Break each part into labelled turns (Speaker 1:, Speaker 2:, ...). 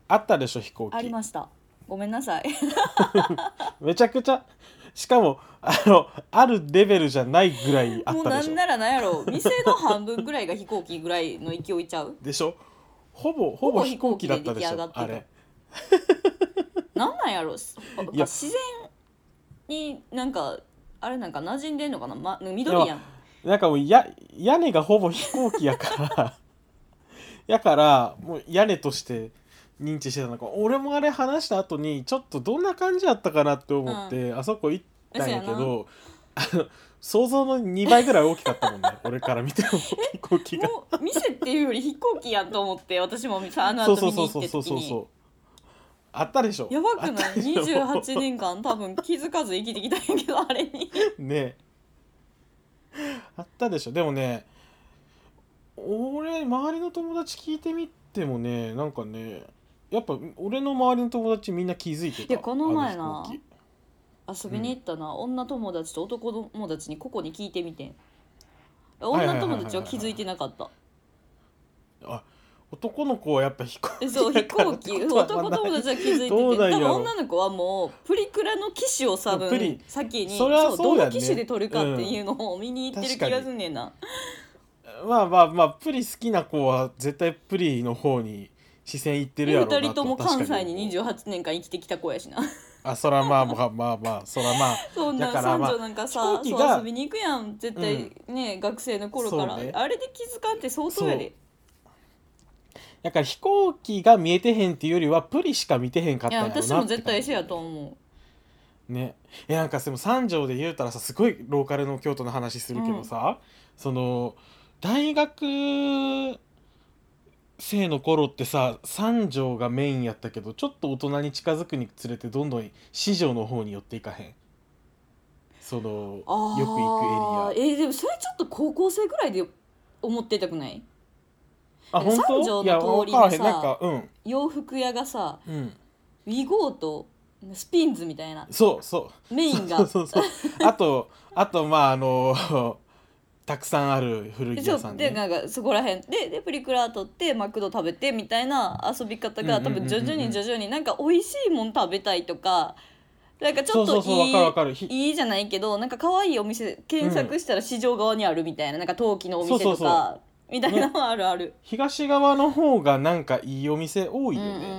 Speaker 1: あったでしょ飛行
Speaker 2: あり
Speaker 1: 機。
Speaker 2: ました。ごめんなさい。
Speaker 1: めちゃくちゃ、しかもあるレベルじゃないぐらいあっ
Speaker 2: もう
Speaker 1: たでしょ。
Speaker 2: なんならなんやろ、店の半分ぐらいが飛行機ぐらいの勢いちゃう。
Speaker 1: でしょ。ほぼ
Speaker 2: ほぼ飛
Speaker 1: 飛行機
Speaker 2: 行機で出
Speaker 1: だったでし
Speaker 2: 来上がってた。
Speaker 1: ょあれ。
Speaker 2: なんなんやろ、
Speaker 1: いや
Speaker 2: 自然になんかあれなんか馴染んでんのかな、
Speaker 1: でも
Speaker 2: 緑やん。
Speaker 1: なんかもう屋根がほぼ飛行機やからやからもう屋根として認知してたのか。俺もあれ話した後にちょっとどんな感じやったかなって思って、あそこ行ったんやけど、想像の2倍ぐらい大きかったもんね俺から見ても飛行機が。
Speaker 2: もう店っていうより飛行機やんと思って、私もさあの
Speaker 1: そう
Speaker 2: 後見に行って時に
Speaker 1: あったでしょ。
Speaker 2: やばくない？
Speaker 1: あったでしょ
Speaker 2: 28 年間多分気づかず生きてきたんやけど、あれに
Speaker 1: ねあったでしょ。でもね、俺周りの友達聞いてみてもね、なんかね、やっぱ俺の周りの友達みんな気づいてた。
Speaker 2: いやこの前
Speaker 1: あ
Speaker 2: な
Speaker 1: 飛行
Speaker 2: 遊びに行ったな、女友達と男友達にここに聞いてみてん。
Speaker 1: はいはいはいはいはい
Speaker 2: 女友達は気づいてなかった。
Speaker 1: あ、男の子はやっぱ飛行機
Speaker 2: そう飛行機、男友達は気づいてて、
Speaker 1: どうなんやろ
Speaker 2: 多分女の子はもうプリクラの機種を多
Speaker 1: プリ
Speaker 2: 分先に
Speaker 1: それはそうやね
Speaker 2: どの機種で撮るかっていうのを見に行ってる気がすんねんな。
Speaker 1: まあまあまあ、プリ好きな子は絶対プリの方に視線いってる
Speaker 2: で2
Speaker 1: やろうな
Speaker 2: 人とも関西に
Speaker 1: 確か
Speaker 2: 28年間生きてきた子やしな。
Speaker 1: あ、そらまあまあまあまあ、そらまあ
Speaker 2: そんな
Speaker 1: だからまあ
Speaker 2: 三女なんか
Speaker 1: 飛
Speaker 2: さ、
Speaker 1: 行機が
Speaker 2: そう遊びに行くやん絶対ね、学生の頃から、
Speaker 1: そうね
Speaker 2: あれで気づかんって相当やで。
Speaker 1: だから飛行機が見えてへんっていうよりはプリしか見てへんかっ
Speaker 2: いや
Speaker 1: たんやろう
Speaker 2: 私も
Speaker 1: なって感じ
Speaker 2: 絶対一緒やと思
Speaker 1: ね。なんかでも三条で言うたらさ、すごいローカルの京都の話するけどさ、その大学生の頃ってさ、三条がメインやったけど、ちょっと大人に近づくにつれてどんどん四条の方に寄っていかへん。その
Speaker 2: う。
Speaker 1: よく行くエリ
Speaker 2: でもそれちょっと高校生ぐらいで思ってたくない？
Speaker 1: ア。あ、本
Speaker 2: 三
Speaker 1: 当？いや、
Speaker 2: 条の通り
Speaker 1: 分からへん。なん
Speaker 2: のさ
Speaker 1: か
Speaker 2: 洋服屋がさ、
Speaker 1: うん
Speaker 2: ウィゴーとスピンズみたいな
Speaker 1: そうそう
Speaker 2: メインが
Speaker 1: そうあとまあたくさんある古着
Speaker 2: そ
Speaker 1: 屋さんね。
Speaker 2: うでなんかそこら辺でプリクラ撮ってマクド食べてみたいな遊び方が多分徐々に徐々になんか美味しいもん食べたいとか、なんかちょっと
Speaker 1: そうわかるわかる。
Speaker 2: いいじゃないけど、なんか可愛いお店検索したら市場側にあるみたいな、なんか陶器のお店と
Speaker 1: そうそう
Speaker 2: かみたいなのはあるある。
Speaker 1: 東側の方がなんかいいお店多いよね。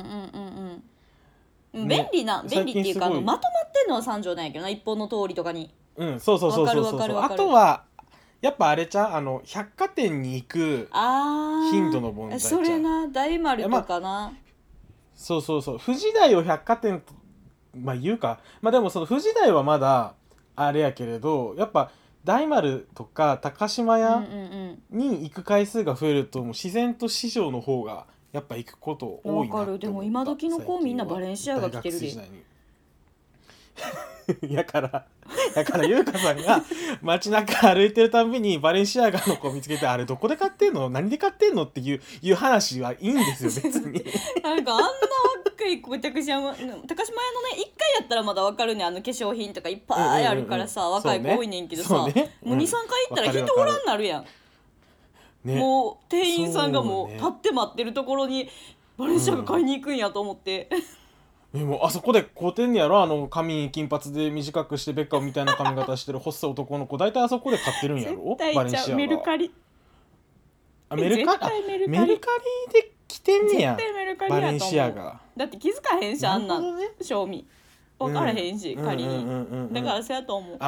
Speaker 2: 便利っていうか
Speaker 1: 最近すごい
Speaker 2: まとまってんのは三条なんやけどな、一本の通りとかに。
Speaker 1: そう
Speaker 2: わかるわかるわ
Speaker 1: あ
Speaker 2: かる。
Speaker 1: とはやっぱあれちゃう、百貨店に行く頻度の問題ちゃう。
Speaker 2: それな、大丸とかな。
Speaker 1: そう富士台を百貨店と言うか、でもその富士台はまだあれやけれど、やっぱ大丸とか高島屋に行く回数が増えると、もう自然と市場の方がやっぱ行くこと多いなって思った。
Speaker 2: わかる。でも今時の子みんなバレンシアガ着てるで。
Speaker 1: 大学生時代にやから優香さんが街中歩いてるたんびにバレンシアガの子見つけて、あれどこで買ってんの、何で買ってんのっていう話はいいんですよ別に。
Speaker 2: なんかあんな若い子高島屋のね、一回やったらまだわかるね、化粧品とかいっぱいあるからさ、若い子多いねんけどさ、もう 2,3 回行ったら人おらんなるやん、
Speaker 1: ね、
Speaker 2: もう店員さんがもう立って待ってるところにバレンシアガ買いに行くんやと思って、
Speaker 1: でもあそこで買うてんねやろ、髪金髪で短くしてベッカムみたいな髪型してる細い男の子、大体あそこで買ってるんやろバレンシアガ。
Speaker 2: メルカリ
Speaker 1: メルカリで着てんねや、
Speaker 2: 絶対メルカリ
Speaker 1: バレン
Speaker 2: やと思う。
Speaker 1: シアガ。
Speaker 2: だって気づかへんし、あんな
Speaker 1: ね、
Speaker 2: 賞味分からへんし、仮にだからそうやと思う。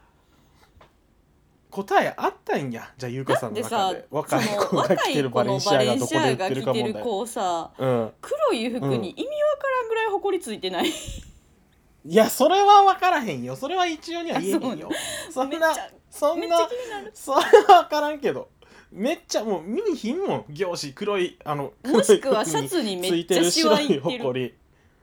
Speaker 1: 答えあったんや、じゃあ優香さんの中で。若い子が着てるバレンシアガどこで売ってるか問題。
Speaker 2: 子さ、黒い服に意味わからんぐらいほこりついてない？
Speaker 1: いやそれは分からへんよ、それは一応には言えへんよ。そんな
Speaker 2: めっちゃ気になる。
Speaker 1: それは分からんけど、めっちゃもう見にひんもん、業種黒い
Speaker 2: もしくはシャツにめっちゃシワいってる。
Speaker 1: ほこり。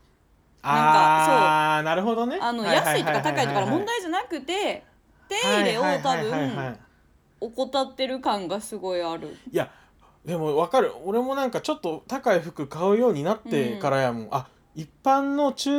Speaker 2: な
Speaker 1: るほどね。
Speaker 2: 安いとか高いとかの問題じゃなくて、手入れを多分怠ってる感がすごいある。
Speaker 1: いやでも分かる、俺もなんかちょっと高い服買うようになってからやもん、一般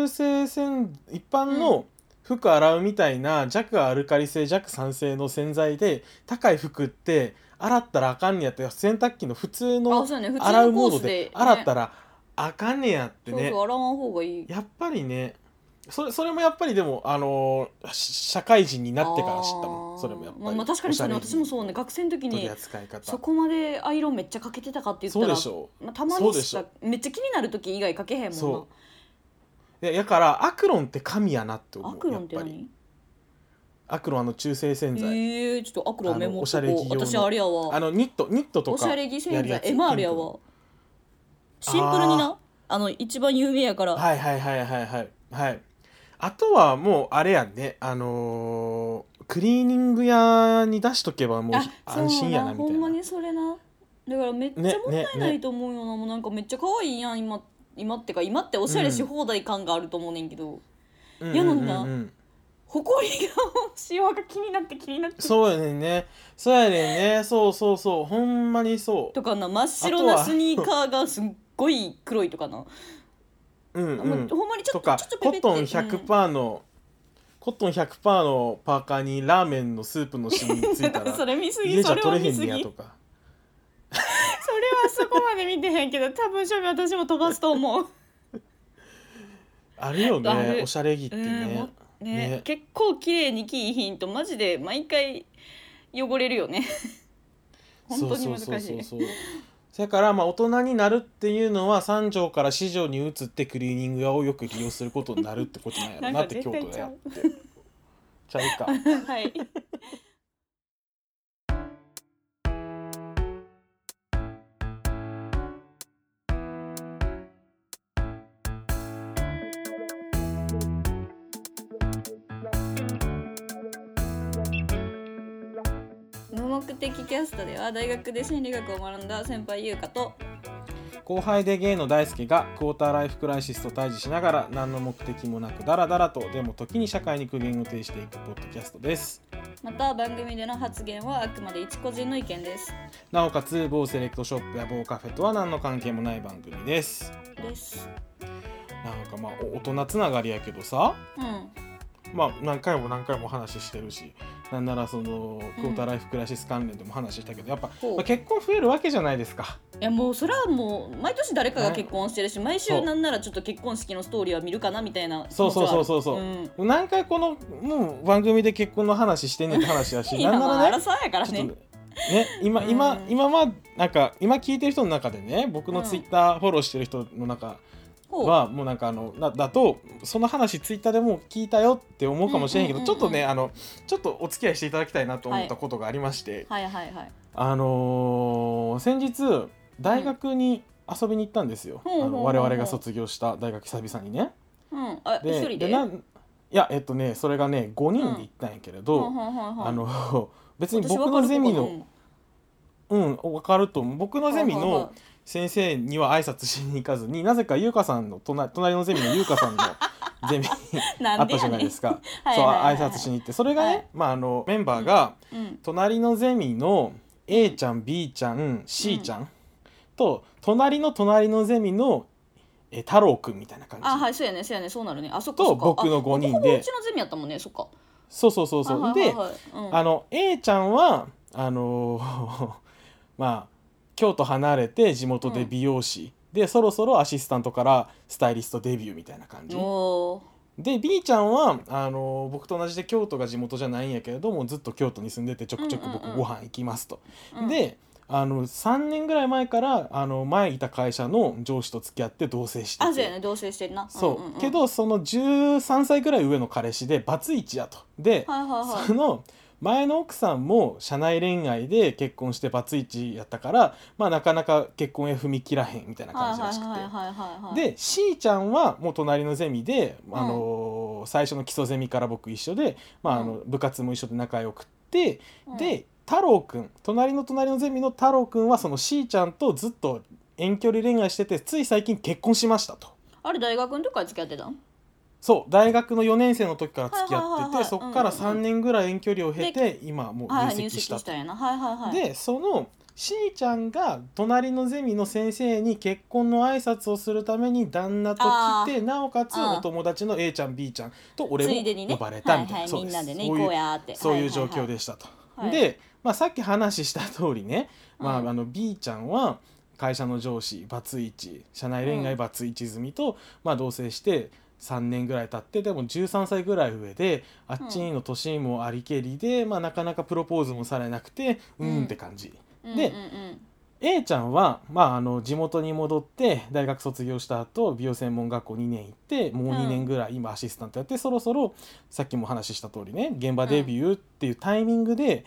Speaker 1: の服洗うみたいな弱アルカリ性弱酸性の洗剤で高い服って洗ったらあかんねやって、洗濯機の普通の洗うモードで洗ったらあかんねやってね。
Speaker 2: そうそう、洗わん方がいい。
Speaker 1: やっぱりね、それもやっぱりでも社会人になってから知ったもん。それもやっぱり
Speaker 2: まあ確かにそうね、
Speaker 1: おしゃれ着
Speaker 2: 私もそうね、学生の時
Speaker 1: 取り
Speaker 2: に
Speaker 1: 扱い方。
Speaker 2: そこまでアイロンめっちゃかけてたかって言った
Speaker 1: そう
Speaker 2: ら、
Speaker 1: でしょ
Speaker 2: たまにしかめっちゃ気になる時以外かけへんもんな。
Speaker 1: そうやからアクロンって神やなって思う。
Speaker 2: アクロンって
Speaker 1: やっぱり
Speaker 2: 何？
Speaker 1: アクロン中性洗剤、
Speaker 2: ちょっとアクロンメモっとこう。
Speaker 1: おしゃれ着用の
Speaker 2: 私あれやわ。
Speaker 1: ニットとか
Speaker 2: おしゃれ着洗剤
Speaker 1: やるやつ
Speaker 2: MR やわ。シンプルにな、一番有名やから。
Speaker 1: はいはいはいはいはいはい。あとはもうあれやんね、クリーニング屋に出しとけばもう安心やなみたいな。
Speaker 2: ほんまにそれな。だからめっちゃもったいないと思うよな、もうなんかめっちゃ可愛いやん今っておしゃれし放題感があると思うねんけど、やのにな、ほこりがシワが気になって
Speaker 1: そうやねんね、そうやねんね、そうほんまにそう
Speaker 2: とかな、真っ白なスニーカーがすっごい黒いとかな、
Speaker 1: ほん
Speaker 2: まにちょっと
Speaker 1: とかコ
Speaker 2: ペペって
Speaker 1: ットン100%の、コットン100%のパーカーにラーメンのスープのシミついたら
Speaker 2: それ見すぎ、
Speaker 1: 家じゃ
Speaker 2: それ
Speaker 1: 取れへん
Speaker 2: は見すぎ、
Speaker 1: ねやとか。
Speaker 2: それはそこまで見てへんけど、多分私も飛ばすと思う。
Speaker 1: あるよ
Speaker 2: ある
Speaker 1: ね、おしゃれ着ってね。ね
Speaker 2: 結構綺麗に着いひんとマジで毎回汚れるよね。本当に難しい。
Speaker 1: そうそれから大人になるっていうのは3畳から4畳に移ってクリーニング屋をよく利用することになるってことなんやろなって京都でやってちゃうか。
Speaker 2: はい。無目的キャストでは大学で心理学を学んだ先輩優香と
Speaker 1: 後輩でゲイの大輔がクォーターライフクライシスと対峙しながら何の目的もなくダラダラとでも時に社会に苦言を呈していくポッドキャストです。
Speaker 2: また番組での発言はあくまで一個人の意見です。
Speaker 1: なおかつ某セレクトショップや某カフェとは何の関係もない番組です。なんか大人つながりやけどさ、何回も話してるし、なんならそのクォーターライフクライシス関連でも話したけど、やっぱ、結婚増えるわけじゃないですか。
Speaker 2: いやもうそれはもう毎年誰かが結婚してるし、毎週なんならちょっと結婚式のストーリーは見るかなみたいな。
Speaker 1: そう、何回このもう番組で結婚の話してんねんって話やしなんならね、
Speaker 2: アラサーやからね。
Speaker 1: 今なんか今聞いてる人の中でね、僕のツイッターフォローしてる人の中はもうなんかだとその話ツイッターでも聞いたよって思うかもしれんけど、ちょっとねちょっとお付き合いしていただきたいなと思ったことがありまして、先日大学に遊びに行ったんですよ。我々が卒業した大学久々にね。
Speaker 2: 一人で？
Speaker 1: いやそれがね5人で行ったんやけれど、別に僕のゼミの分かると思う。僕のゼミの先生には挨拶しに行かずに、なぜか優香さんの隣のゼミの優香さんのゼミあったじゃないですか。そう挨拶しに行って、それがね、メンバーが隣のゼミの A ちゃん B ちゃん C ちゃんと隣のゼミの太郎くんみたいな感じ。
Speaker 2: そうやねそうなるね。そっか
Speaker 1: と僕の5人で、
Speaker 2: うちのゼミやったもんね。そっか。
Speaker 1: そうで、A ちゃんは京都離れて地元で美容師、でそろそろアシスタントからスタイリストデビューみたいな感じで、 B ちゃんは僕と同じで京都が地元じゃないんやけれどもずっと京都に住んでてちょくちょく僕ご飯行きますと、で3年ぐらい前から前いた会社の上司と付き合って同棲してて、
Speaker 2: そうやね、同棲してるな。
Speaker 1: けどその13歳ぐらい上の彼氏でバツイチやと。で、その前の奥さんも社内恋愛で結婚してバツイチやったから、なかなか結婚へ踏み切らへんみたいな感じらしくて、で C ちゃんはもう隣のゼミで、最初の基礎ゼミから僕一緒で、部活も一緒で仲良くって、で太郎くん、隣のゼミの太郎くんはその C ちゃんとずっと遠距離恋愛してて、つい最近結婚しましたと。
Speaker 2: あれ大学の時から付き合ってたん？
Speaker 1: そう大学の4年生の時から付き合ってて、そっから3年ぐらい遠距離を経て今もう入籍したと。でその C ちゃんが隣のゼミの先生に結婚の挨拶をするために旦那と来て、なおかつお友達の A ちゃん B ちゃんと俺も呼ばれたみたいな、
Speaker 2: みんなでね行こうやって、
Speaker 1: そういう状況でしたと。でさっき話した通りね、B ちゃんは会社の上司バツイチ、社内恋愛バツイチ済みと、まあ、同棲して3年ぐらい経って、でも13歳ぐらい上であっちの年もありけりで、まあ、なかなかプロポーズもされなくてって感じ、で、A ちゃんは、まあ、地元に戻って大学卒業した後美容専門学校2年行ってもう2年ぐらい今アシスタントやって、そろそろさっきも話した通りね現場デビューっていうタイミングで、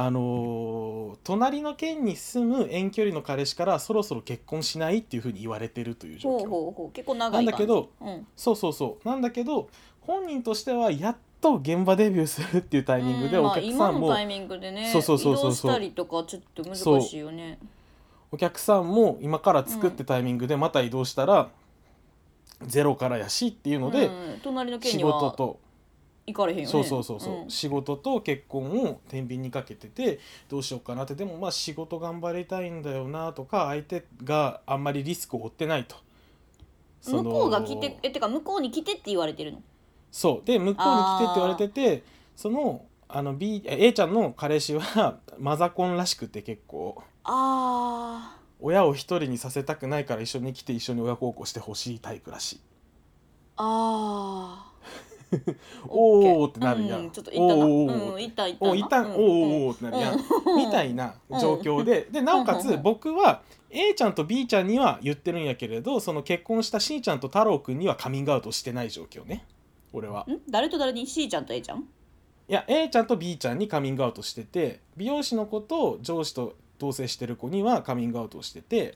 Speaker 1: 隣の県に住む遠距離の彼氏からそろそろ結婚しないっていうふうに言われてるという状況
Speaker 2: 結構長
Speaker 1: ないんだけど、
Speaker 2: そう
Speaker 1: なんだけど本人としてはやっと現場デビューするっていうタイミングでお客さんも、
Speaker 2: 今のタイミングでね移動したりとかちょっと難しいよね。
Speaker 1: お客さんも今から作ってタイミングでまた移動したらゼロからやしっていうので、
Speaker 2: 隣の県
Speaker 1: 仕
Speaker 2: には
Speaker 1: 事と
Speaker 2: 行かれへんよね。
Speaker 1: 仕事と結婚を天秤にかけててどうしようかなって、でもまあ仕事頑張りたいんだよなとか、相手があんまりリスクを負ってないと、
Speaker 2: 向こうが来ててか向こうに来てって言われてるの。
Speaker 1: そうで向こうに来てって言われてて、そのA ちゃんの彼氏はマザコンらしくて結構親を一人にさせたくないから一緒に来て一緒に親孝行してほしいタイプらしい。おーってなるやん、
Speaker 2: ちょっといったな、いった
Speaker 1: おーってなるやんみたいな状況で、なおかつ僕は A ちゃんと B ちゃんには言ってるんやけれど、その結婚した C ちゃんと太郎くんにはカミングアウトしてない状況ね。俺は
Speaker 2: 誰と誰に？ C ちゃんと A ちゃん？
Speaker 1: いや A ちゃんと B ちゃんにカミングアウトしてて、美容師の子と上司と同棲してる子にはカミングアウトをしてて、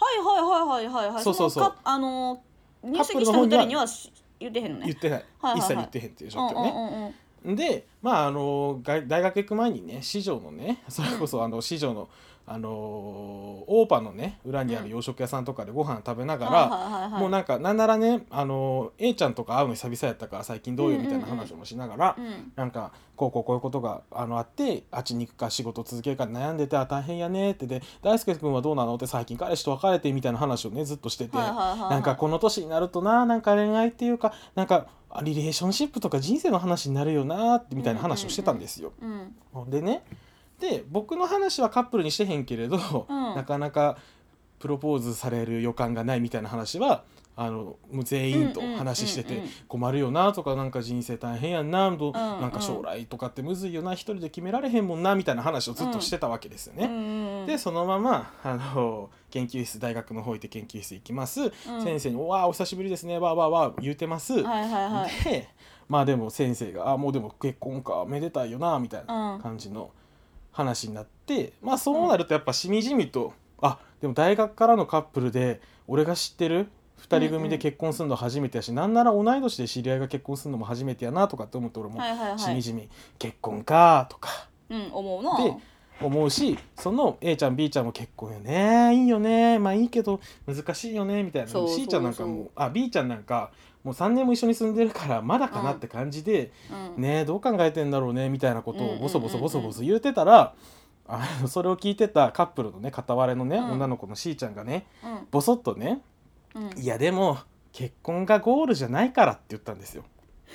Speaker 2: そう入籍した2人には言ってへんのね。
Speaker 1: 言ってない、一切言ってへんっていう状況ね。でまあ大学行く前にね四条のね、それこそ四条のオーパのね裏にある洋食屋さんとかでご飯食べながら、もうなんならねA ちゃんとか会うの久々やったから最近どうよみたいな話もしながら、なんかこういうことがあってあっちに行くか仕事続けるか悩んでて大変やねってで大輔君はどうなのって最近彼氏と別れてみたいな話をねずっとしてて、なんかこの年になるとなんか恋愛っていうかなんかリレーションシップとか人生の話になるよなってみたいな話をしてたんですよ。でねで僕の話はカップルにしてへんけれど、なかなかプロポーズされる予感がないみたいな話はもう全員と話してて困るよなとか、なんか人生大変やんなと、なんか将来とかってむずいよな、一人で決められへんもんなみたいな話をずっとしてたわけですよね。でそのまま研究室大学の方行って研究室行きます、先生にわーお久しぶりですねわーわーわー言うてます、でまあでも先生がもうでも結婚かめでたいよなみたいな感じの話になって、まあそうなるとやっぱしみじみと、でも大学からのカップルで俺が知ってる2人組で結婚するの初めてやし、なんなら同い年で知り合いが結婚するのも初めてやなとかって思って、俺もしみじみ結婚かとか
Speaker 2: 思うな
Speaker 1: で思うし、その A ちゃん B ちゃんも結婚よねいいよねまあいいけど難しいよねみたいな、C ちゃんなんかもB ちゃんなんかもう3年も一緒に住んでるからまだかなって感じで、ねどう考えてんだろうねみたいなことをボソボソ言うてたら、それを聞いてたカップルのね片割れのね、女の子の C ちゃんがね、ボソッとね、いやでも結婚がゴールじゃないからって言ったんですよ。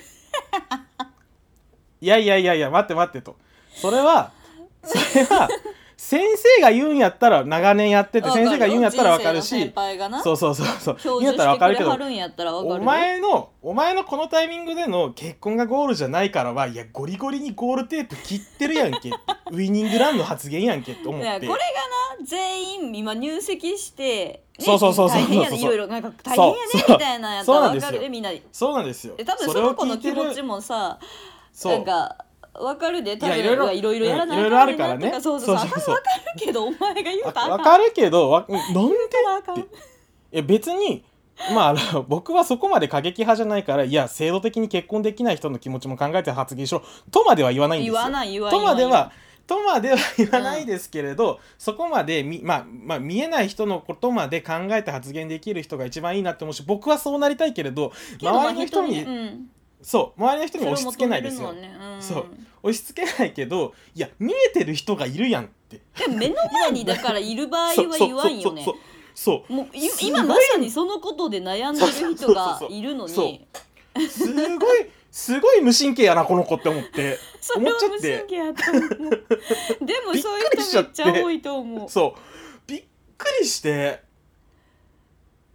Speaker 1: いや待ってと、それは先生が言うんやったら長年やってて先生が言うんやったら分かるし、そう言うんやったら分かるけど、お前のこのタイミングでの結婚がゴールじゃないからは、いやゴリゴリにゴールテープ切ってるやんけウイニングランの発言やんけって思って、
Speaker 2: これがな全員今入籍して、
Speaker 1: そう
Speaker 2: 大変やね、いろいろなんか大変やねみたいなやったら分かるでみんな。
Speaker 1: そうなんですよ。
Speaker 2: 多分その子の気持ちもさ、なんか分かるで、多分いろいろやらない
Speaker 1: いろいろあるからね。
Speaker 2: そう分かるけどお前が言うたら
Speaker 1: 分かるけどなんでって、いや別に僕はそこまで過激派じゃないから、いや制度的に結婚できない人の気持ちも考えて発言しろとまでは言わないんですよ。とまでは言わないですけれど、そこまで見えない人のことまで考えて発言できる人が一番いいなって思うし、僕はそうなりたいけれど周りの人に押し付けないですよ。押し付けないけど、いや見えてる人がいるやんって。
Speaker 2: でも目の前にだからいる場合は言わんよね。もう今まさにそのことで悩んでる人がいるのに、
Speaker 1: すごい無神経やなこの子って思っちゃって。
Speaker 2: 無神経やと思う。でもそういう人めっちゃ多いと思う。
Speaker 1: そうびっくりして、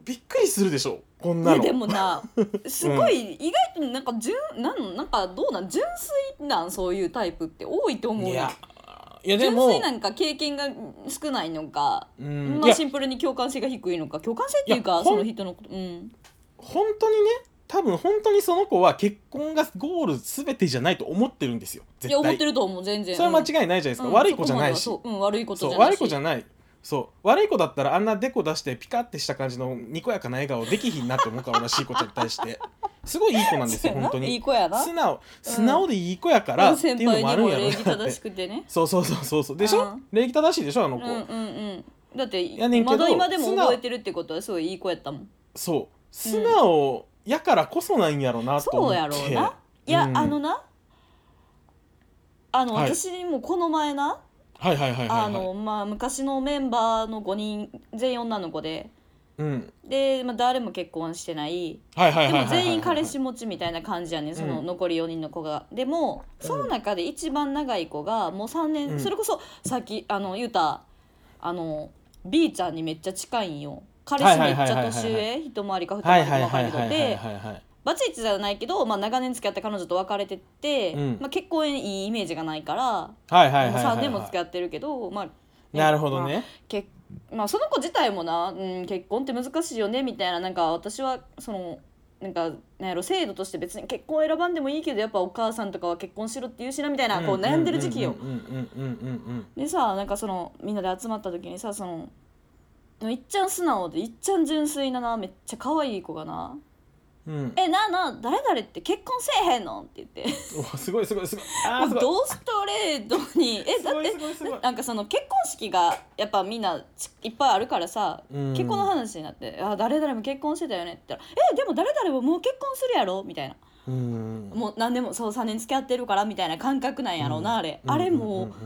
Speaker 1: びっくりするでしょこんなの。
Speaker 2: でもなすごい、意外となんかなんかどうなん、純粋なんそういうタイプって多いと思うやん。
Speaker 1: いやでも
Speaker 2: 純粋なんか経験が少ないのか、まあシンプルに共感性が低いのか、共感性っていうかその人のこと、
Speaker 1: 本当にね、多分本当にその子は結婚がゴール全てじゃないと思ってるんですよ絶対。
Speaker 2: いや思ってると思う、全然。
Speaker 1: それは間違いないじゃないですか、悪い子じゃないし。
Speaker 2: 悪い子じゃないし。
Speaker 1: 悪い子じゃない。そう悪い子だったらあんなデコ出してピカってした感じのにこやかな笑顔できひんなって思うから、しい子ちゃんに対してすごいいい子なんですよ本当に。
Speaker 2: いい子やな。
Speaker 1: 素直でいい子やからっていうのもあるんやろなって。
Speaker 2: 先輩にも礼儀正しくてね。
Speaker 1: そうでしょ、礼儀正しいでしょあの子。
Speaker 2: だって
Speaker 1: やねんけど
Speaker 2: まだ今でも覚えてるってことはすごいいい子やったもん。
Speaker 1: そう素直やからこそなんやろなと思って。
Speaker 2: そうやろうな。いや、私もこの前な、昔のメンバーの5人全員女の子で、で、誰も結婚してない、でも全員彼氏持ちみたいな感じやねん、その残り4人の子が。でもその中で一番長い子がもう3年、それこそさっき言うたB ちゃんにめっちゃ近いんよ。彼氏めっちゃ年上、一回りか二回りか分かるけどで、バツイチじゃないけど、長年付き合った彼女と別れてて、結婚いいイメージがないから、3年も付き合ってるけど、
Speaker 1: なるほどね。
Speaker 2: その子自体もな、結婚って難しいよねみたいな、なんか私はそのなんやろ、制度として別に結婚選ばんでもいいけど、やっぱお母さんとかは結婚しろって言うしなみたいな、こう悩んでる時期よ。でさ、なんかそのみんなで集まった時にさ、そのいっちゃん素直でいっちゃん純粋なな、めっちゃ可愛い子がな、誰々って結婚せえへんのって言って、
Speaker 1: すごいもう
Speaker 2: ドストレートにだってなんかその結婚式がやっぱみんないっぱいあるからさ、結婚の話になって、誰々も結婚してたよねって言ったら、でも誰々ももう結婚するやろみたいな、もう何年もそう3年付き合ってるからみたいな感覚なんやろうな、あれもう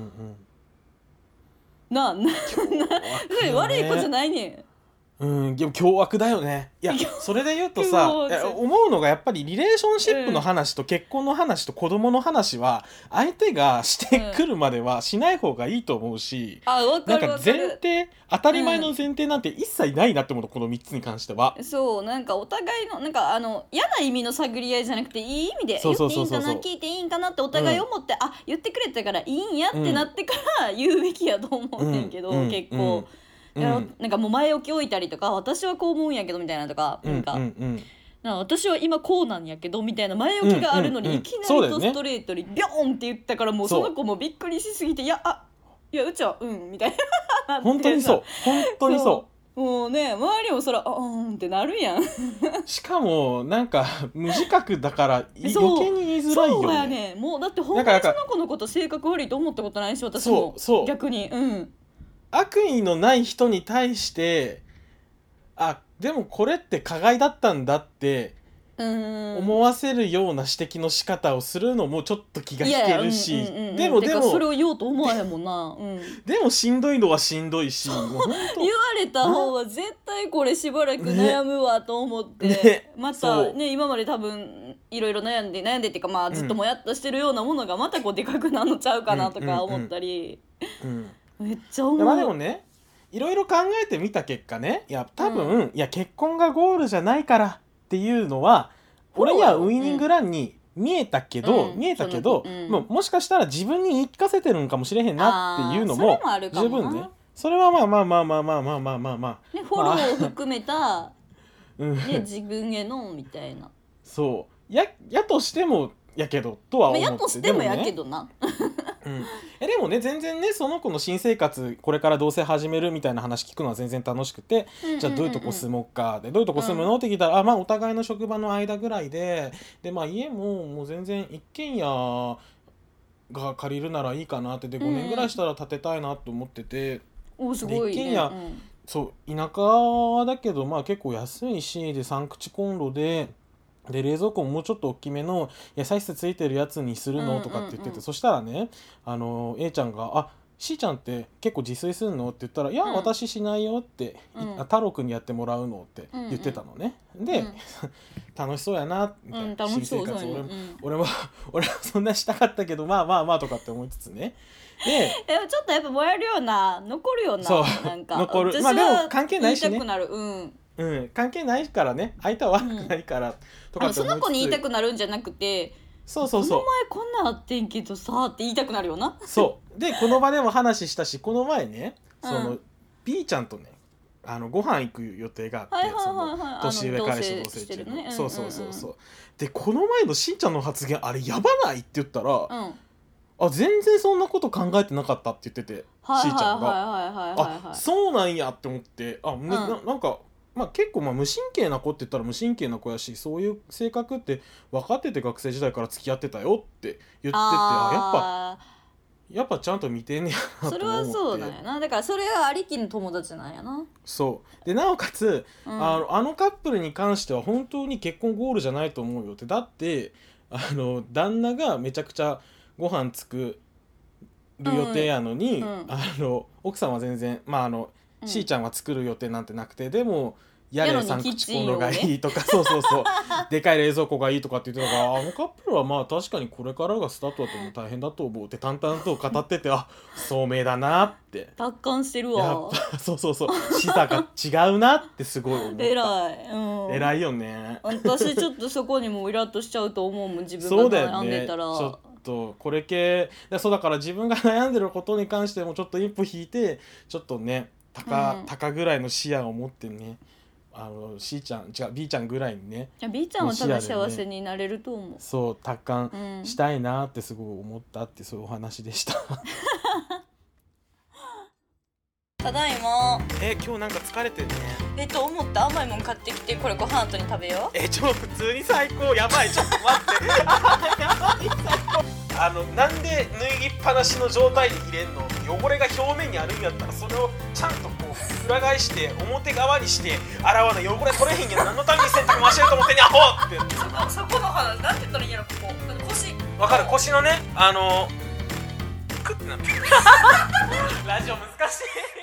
Speaker 2: すごい悪い子じゃないねん。
Speaker 1: でも凶悪だよね。いやそれで言うとさ、思うのがやっぱりリレーションシップの話と結婚の話と子供の話は相手がしてくるまではしない方がいいと思うし、なんか前提、当たり前の前提なんて一切ないなって思うの、この3つに関しては。
Speaker 2: そう、なんかお互いのなんか嫌な意味の探り合いじゃなくて、いい意味で言っていいんかな、聞いていいんかなってお互い思って、言ってくれたからいいんやってなってから言うべきやと思うねんけど、結構。なんかもう前置き置いたりとか、私はこう思うんやけどみたいなとか、なんか私は今こうなんやけどみたいな前置きがあるのに、いきなりとストレートにビョーンって言ったから、もうその子もびっくりしすぎて、いやうちはみたいな
Speaker 1: 本当にそう
Speaker 2: もうね、周りもそらってなるやん
Speaker 1: しかもなんか無自覚だから余計に言いづらいよね。
Speaker 2: そうやね、もうだってほんまにその子のこと性格悪いと思ったことないし、私も逆に
Speaker 1: 悪意のない人に対してでもこれって加害だったんだって思わせるような指摘の仕方をするのもちょっと気が引けるし、でも
Speaker 2: それを言おうと思わへんもんな、
Speaker 1: でもしんどいのはしんどいし、もう
Speaker 2: 言われた方は絶対これしばらく悩むわと思って、またね、今まで多分いろいろ悩んでっていうか、ずっともやっとしてるようなものがまたこうでかくなるのちゃうかなとか思ったり、めっちゃ思う。
Speaker 1: でもね、いろいろ考えてみた結果ね、多分、結婚がゴールじゃないからっていうのは俺にはウイニングランに見えたけど、もしかしたら自分に言い聞かせてるんかもしれへんなっていうのも十分ね。それはまあフ
Speaker 2: ォローを含めた自分へのみたいな。
Speaker 1: そうやとしてもやけどとは思って、
Speaker 2: やとしてもやけどな
Speaker 1: でもね、全然ね、その子の新生活これから同棲始めるみたいな話聞くのは全然楽しくて、じゃあどういうとこ住もうかで、どういうとこ住むのって聞いたら、お互いの職場の間ぐらいで、家もう全然一軒家が借りるならいいかなって、で5年ぐらいしたら建てたいなと思ってて、
Speaker 2: すごいね、
Speaker 1: 一軒家、そう田舎だけど結構安いし、で3口コンロで冷蔵庫ももうちょっと大きめの野菜室ついてるやつにするのとかって言ってて、そしたらね、A ちゃんがC ちゃんって結構自炊するのって言ったら、いや、私しないよって、太郎くんにやってもらうのって言ってたのね。で、楽しそうやなみたいな、新生活、俺はそんなしたかったけど、とかって思いつつね。で
Speaker 2: もちょっとやっぱ燃えるような、残るような、なんか
Speaker 1: 残る。でも関係ないしね。 関係ないからね、相手は悪くないからとかって
Speaker 2: そ
Speaker 1: 思いつつ、
Speaker 2: の子に言いたくなるんじゃなくて、
Speaker 1: そうそうそう、
Speaker 2: この前こんなんあってんけどさって言いたくなるよな。
Speaker 1: そうでこの場でも話したし、この前ね、その、
Speaker 2: うん
Speaker 1: B ちゃんとねご飯行く予定があって、
Speaker 2: はいはいはいはい、
Speaker 1: その年上彼氏と同棲中の、そうそうそうそうで、この前のしんちゃんの発言あれやばないって言ったら、
Speaker 2: うん
Speaker 1: あ全然そんなこと考えてなかったって言ってて、しーちゃんが、あそうなんやって思って、なんかまあ結構無神経な子って言ったら無神経な子やし、そういう性格って分かってて学生時代から付き合ってたよって言ってて、やっぱちゃんと見てんねやなと思って。
Speaker 2: それはそうだよな。だからそれがありきの友達なんやな。
Speaker 1: そうで、なおかつ、あのカップルに関しては本当に結婚ゴールじゃないと思うよって。だって旦那がめちゃくちゃご飯作る予定やのに、奥さんは全然しーちゃんは作る予定なんてなくて、でもやれ3口コンロがいいとか、そうそうそうでかい冷蔵庫がいいとかって言ってたから、カップルはまあ確かにこれからがスタートだと思う、大変だと思うって淡々と語ってて、聡明だなって
Speaker 2: 達観してるわ。
Speaker 1: やっぱそうそうそう、視座が違うなってすごい思った。偉いよね。
Speaker 2: 私ちょっとそこにもイラッとしちゃうと思うもん、自分が悩んでたら。
Speaker 1: そうだよね、ちょっとこれ系そうだから、自分が悩んでることに関してもちょっと一歩引いて、ちょっとね高ぐらいの視野を持ってね、C ちゃんB ちゃんぐらいにね、
Speaker 2: B ちゃんは多分幸せになれると思う。
Speaker 1: そう達観したいなってすごい思ったって、そういうお話でした
Speaker 2: ただいま。
Speaker 1: 今日なんか疲れてるね。
Speaker 2: と思って甘いもん買ってきて、これご飯後に食べよう。
Speaker 1: 普通に最高。やばい、ちょっと待ってやばい、最高。なんで脱ぎっぱなしの状態で入れんの？汚れが表面にあるんやったら、それをちゃんとこう裏返して表側にして洗わない。汚れ取れへんやん。何のために洗濯回してると思ってんねん、アホって。
Speaker 2: そこの話なんて言ったらいいんやろ。ここ腰
Speaker 1: わかる、腰のねクッてなってるラジオ難しい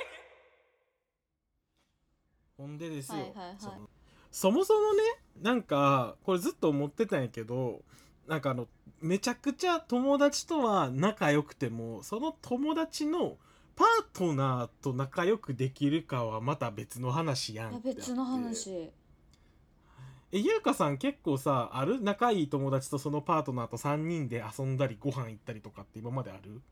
Speaker 1: ほんでですよ、そもそもね、なんかこれずっと思ってたんやけど、なんかめちゃくちゃ友達とは仲良くても、その友達のパートナーと仲良くできるかはまた別の話やん。
Speaker 2: 別の話。
Speaker 1: ゆうかさん結構さ、ある？仲いい友達とそのパートナーと3人で遊んだりご飯行ったりとかって今まである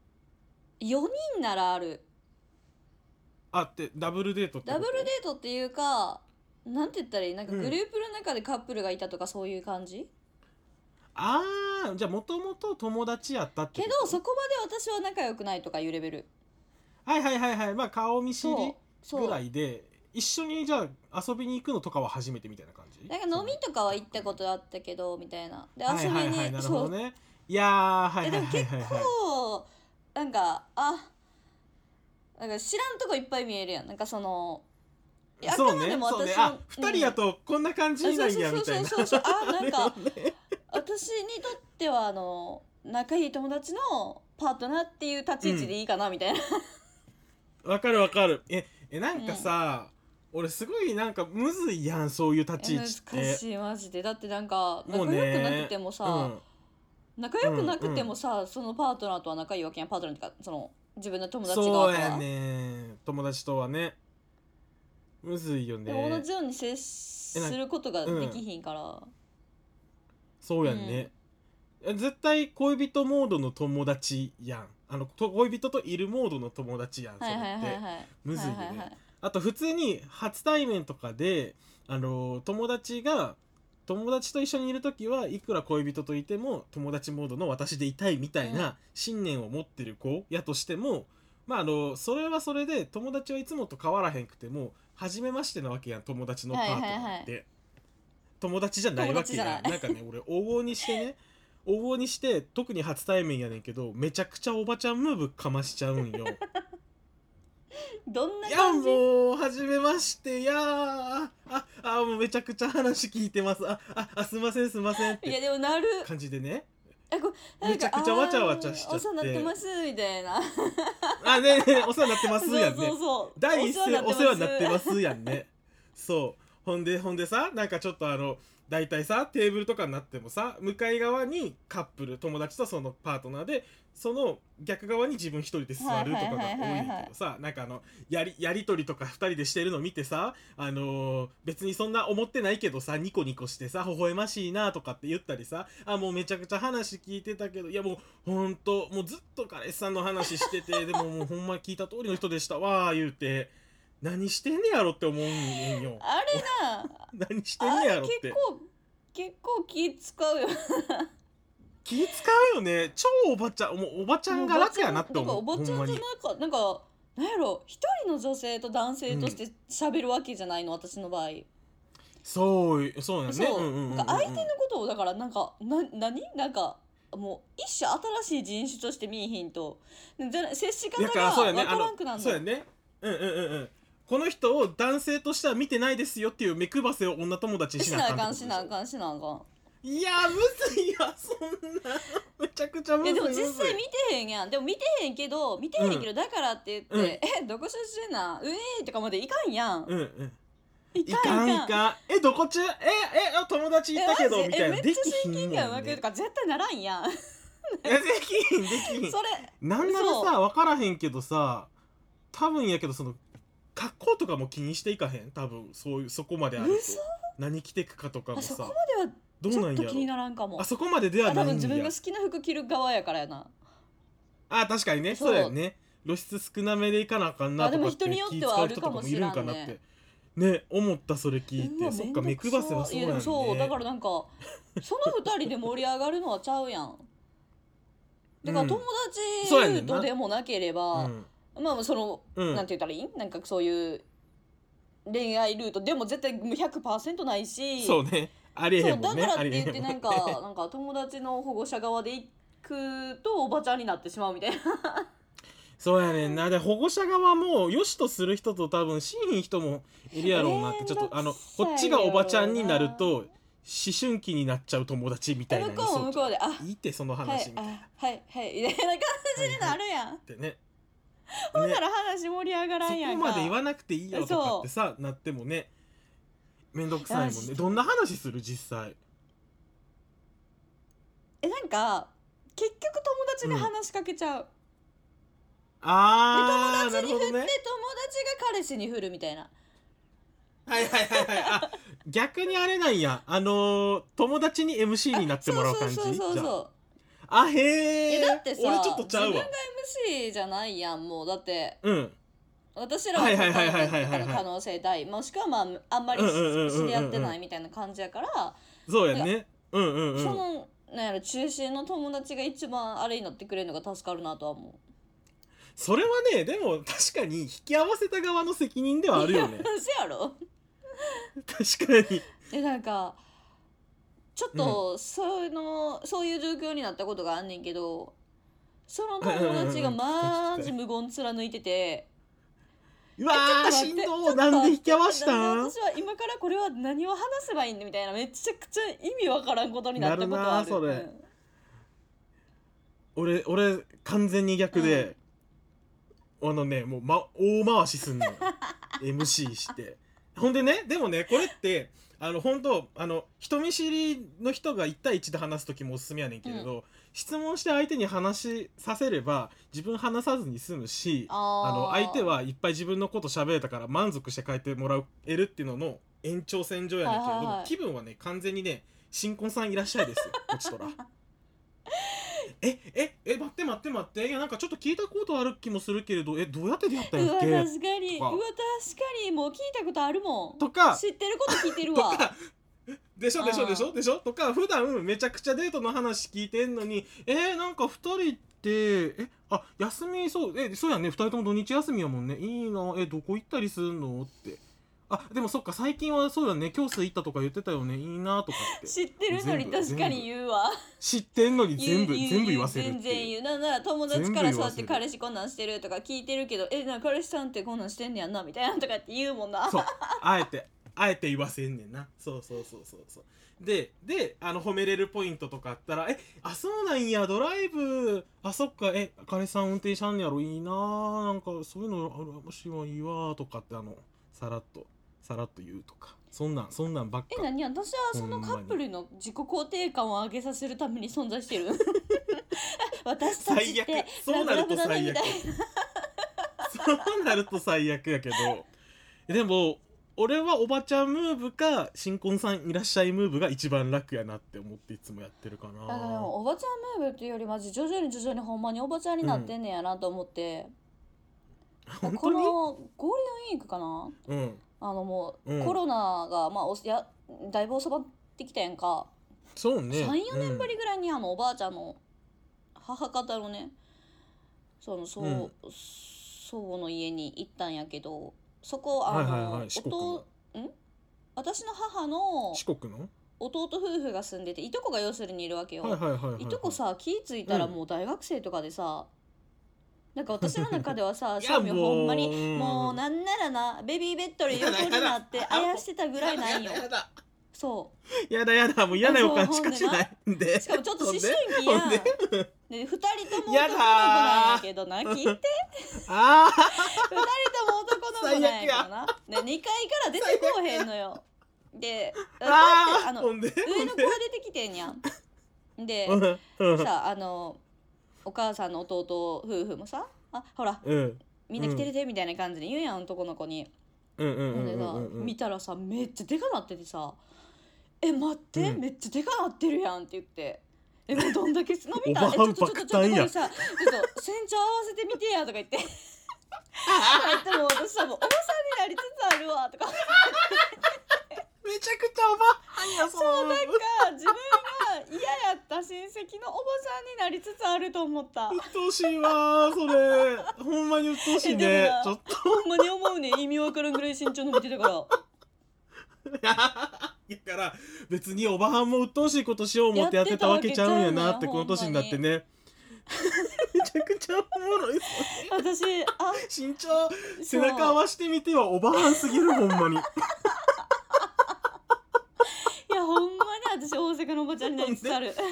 Speaker 2: ？4人ならある。
Speaker 1: ってダブルデートってこと？
Speaker 2: ダブルデートっていうか、なんて言ったらいい？なんかグループの中でカップルがいたとか、そういう感じ？
Speaker 1: じゃあもともと友達やったってこと？
Speaker 2: けどそこまで私は仲良くないとかいうレベル。
Speaker 1: まあ顔見知りぐらいで、一緒にじゃあ遊びに行くのとかは初めてみたいな感じ？
Speaker 2: なんか飲みとかは行ったことあったけどみたいな。で遊びに、
Speaker 1: なるほどね。いやー、
Speaker 2: でも結構なんかなんか知らんとこいっぱい見えるやん。なんかその
Speaker 1: そうね、そうね、2人やとこんな感じなんやみたいな。
Speaker 2: なんか私にとっては仲いい友達のパートナーっていう立ち位置でいいかなみたいな。
Speaker 1: わかるわかる。なんかさ、俺すごいなんかむずいやん、そういう立ち位置って。
Speaker 2: 難しいマジで。だってなんか仲良くなくてもさ、仲良くなくてもさ、そのパートナーとは仲いいわけやん。パートナーってかその自分の友達側とは。
Speaker 1: そうやね、友達とはね、むずいよね。
Speaker 2: で同じように接することができひんから。
Speaker 1: そうやんね、絶対恋人モードの友達やん。恋人といるモードの友達やん、それってむずいよね。あと普通に初対面とかで友達と一緒にいるときはいくら恋人といても友達モードの私でいたいみたいな信念を持ってる子やとしても、それはそれで友達はいつもと変わらへんくても初めましてなわけやん、友達のパートナーって、友達じゃないわけやん。なんかね、俺往々にして特に初対面やねんけど、めちゃくちゃおばちゃんムーブかましちゃうんよ
Speaker 2: どんな感じ？
Speaker 1: いやもう初めまして、いやもうめちゃくちゃ話聞いてます、すいませんって
Speaker 2: でもなる
Speaker 1: 感じでね、
Speaker 2: め
Speaker 1: ちゃくちゃわちゃわちゃしちゃって、
Speaker 2: お世話になってますみたいな
Speaker 1: ねお世話になってますやんね。
Speaker 2: そう
Speaker 1: 第一声お世話になってますやんね。そうほんでさ、なんかちょっとだいたいさ、テーブルとかになってもさ、向かい側にカップル、友達とそのパートナーで、その逆側に自分一人で座るとかが多いねんけどさ、なんかやりとりとか二人でしてるの見てさ、別にそんな思ってないけどさ、ニコニコしてさ、微笑ましいなとかって言ったりさ、もうめちゃくちゃ話聞いてたけど、いやもうほんと、もうずっと彼氏さんの話してて、でももうほんま聞いた通りの人でしたわー言うて、何してんねやろって思うんねんよ。
Speaker 2: あれな
Speaker 1: 何してんねやろって。
Speaker 2: 結構気使うよ。
Speaker 1: 気使うよね。超おばちゃん、もうおばちゃんが楽やなって思う。
Speaker 2: おばちゃんじゃなんかなんやろ、一人の女性と男性として喋るわけじゃないの、私の場合。
Speaker 1: そうなんね。
Speaker 2: なんか相手のことをだからなんかなんかもう一種新しい人種として見えひんと接し方が分からんくなるの。
Speaker 1: そうやね。この人を男性としては見てないですよっていう目くばせを女友達にしなあかん。
Speaker 2: しなあかん。
Speaker 1: いやむずいわ、そんなめちゃくちゃむずい。
Speaker 2: でも実際見てへんやん。でも見てへんけどだからって言って、どこ出身なんとかまでいかんやん。いかん。
Speaker 1: どこ中友達いたけどみたいな。
Speaker 2: めっちゃ親近感湧くとか絶対ならんやん。
Speaker 1: できひん。
Speaker 2: それ
Speaker 1: なんならさ、分からへんけどさ、多分やけどその格好とかも気にしていかへん。多分そこまであると何着てくかとかもさ、
Speaker 2: そこまではちょっと気にならんかも。
Speaker 1: そこまでではないんや。
Speaker 2: 多分自分が好きな服着る側やからやな。
Speaker 1: 確かにね。そうやね。露出少なめでいかなあかんなとかって気使う人とかもいるんかなってね、思った。それ聞いて、そっか、目くばせはそうやね。
Speaker 2: そうだからなんかその二人で盛り上がるのはちゃうやん。だから友達とでもなければ、まあその、なんて言ったらいい？なんかそういう恋愛ルートでも絶対 100% ないし、
Speaker 1: そうね、ありえへんもんね。
Speaker 2: だからって言ってなんか友達の保護者側で行くとおばちゃんになってしまうみたいな。
Speaker 1: そうやねんな。で保護者側もよしとする人と多分しんひん人もいるやろうなって、ちょっとこっちがおばちゃんになると思春期になっちゃう友達みたいな。
Speaker 2: 向こうで
Speaker 1: いいってその話みたいな。
Speaker 2: はいみたいな感じになるやん。
Speaker 1: ってね。
Speaker 2: ほんなら話盛り上がらんやんか。
Speaker 1: そこまで言わなくていいよとかってさなってもね、めんどくさいもんね。どんな話する実際。
Speaker 2: なんか結局友達に話しかけちゃう。
Speaker 1: 友達
Speaker 2: に振って、友達が彼氏に振るみたいな。
Speaker 1: 逆にあれなんや。友達に MC になってもらう感じ。
Speaker 2: そう
Speaker 1: へえ。
Speaker 2: だってさ、
Speaker 1: 俺ちょっとちゃうわ。
Speaker 2: 自分が MC じゃないやん。もうだって私ら
Speaker 1: は
Speaker 2: 可能性大、もしくはまああんまり知り合ってないみたいな感じやから、
Speaker 1: そうやね。そ
Speaker 2: のなんやろ、中心の友達が一番あれになってくれるのが助かるなとは思う。
Speaker 1: それはね、でも確かに引き合わせた側の責任ではあるよね。
Speaker 2: そうやろ。
Speaker 1: 確かに。
Speaker 2: なんかちょっと、そういう状況になったことがあんねんけど、その友達がマジ無言貫いてて、
Speaker 1: うわーしんどー。なんで引き合わしたん？
Speaker 2: 私は今からこれは何を話せばいいんだみたいな、めちゃくちゃ意味わからんことになったことある。
Speaker 1: それ、俺完全に逆で、もう大回しすんのよ。MC してほんでね、でもね、これって本当人見知りの人が1対1で話す時もおすすめやねんけれど、質問して相手に話しさせれば自分話さずに済むし、相手はいっぱい自分のこと喋れたから満足して帰ってもらえるっていうのの延長線上やねんけれど、気分はね完全にね新婚さんいらっしゃいですよ、こちとら。待っていやなんかちょっと聞いたことある気もするけれど、どうやって出会ったんやっけ。
Speaker 2: 確かにもう聞いたことあるもん
Speaker 1: とか、
Speaker 2: 知ってること聞いてるわ。
Speaker 1: でしょとか、普段めちゃくちゃデートの話聞いてんのに、なんか2人って休みそうやね、2人とも土日休みやもんね、いいな、どこ行ったりするのって。でもそっか、最近はそうだね、教室行ったとか言ってたよね、いいなとかって。
Speaker 2: 知ってるのに確かに言うわ。
Speaker 1: 知ってんのに全部言わせるって。
Speaker 2: 全然言う。なんなら友達からそうやって彼氏こんなんしてるとか聞いてるけど、彼氏さんってこんなんしてんねやんなみたいなとかって言うもんな。
Speaker 1: そう、あえて言わせんねんな。そうで褒めれるポイントとかあったら、そうなんや、ドライブ、そっか、彼氏さん運転しはんねやろ、いいな、なんかそういうのもしもいいわとかってさらっと言うとか。 そんなんばっか。
Speaker 2: 何私はそのカップルの自己肯定感を上げさせるために存在してる私たちって
Speaker 1: そうなると
Speaker 2: ラブラブだね
Speaker 1: 最悪
Speaker 2: みたいな
Speaker 1: そうなると最悪やけど、でも俺はおばちゃんムーブか新婚さんいらっしゃいムーブが一番楽やなって思っていつもやってるかな。
Speaker 2: でもおばちゃんムーブっていうよりマジ徐々にほんまにおばちゃんになってんねやなと思って、
Speaker 1: 本当に
Speaker 2: このゴールデンウィークかな、もう、コロナが、だいぶ収まってきたやんか。
Speaker 1: そうね。
Speaker 2: 3、4年ぶりぐらいにおばあちゃんの母方のね、祖母の家に行ったんやけど、そこ私の母の
Speaker 1: 四国の
Speaker 2: 弟夫婦が住んでて、いとこが要するにいるわけよ。いとこさ、気付いたらもう大学生とかでさ、なんか私の中ではさ、正味ほんまにもうなんならな、ベビーベッドで横になってあやしてたぐらいなんよ。そう
Speaker 1: やだもう嫌な予感しかしないんで。
Speaker 2: しかもちょっと思春期やんで、2人とも男の子なんやけどな、聞いて2人とも男の子なんやけどな、で2階から出てこうへんのよ。で上の子が出てきてんやん。でさ、お母さんの弟夫婦もさ、ほら、みんな来てるでみたいな感じで言うやん、男の子に。見たらさ、めっちゃでかなっててさ、待って、めっちゃでかなってるやんって言って、もうどんだけ伸びた、ちょっとこれさ、ちょっと身長合わせてみてやとか言ってでも私はもうおばさんになりつつあるわとか
Speaker 1: めちゃくちゃおばはんや
Speaker 2: そう、なんか自分が嫌やった親戚のおばさんになりつつあると思った。
Speaker 1: うっとうしいわそれ、ほんまにうっとうしいね。ちょっと
Speaker 2: ほんまに思うね、意味わからんぐらい身長伸びてたから
Speaker 1: だから別におばはんもうっとうしいことしよう思ってやってたわけちゃうんやなって、この年になってねめちゃくちゃおもろい。
Speaker 2: 私
Speaker 1: 身長背中合わしてみてはおばはんすぎるほんまに。い
Speaker 2: やほんまに私大阪のおばちゃんになりつつある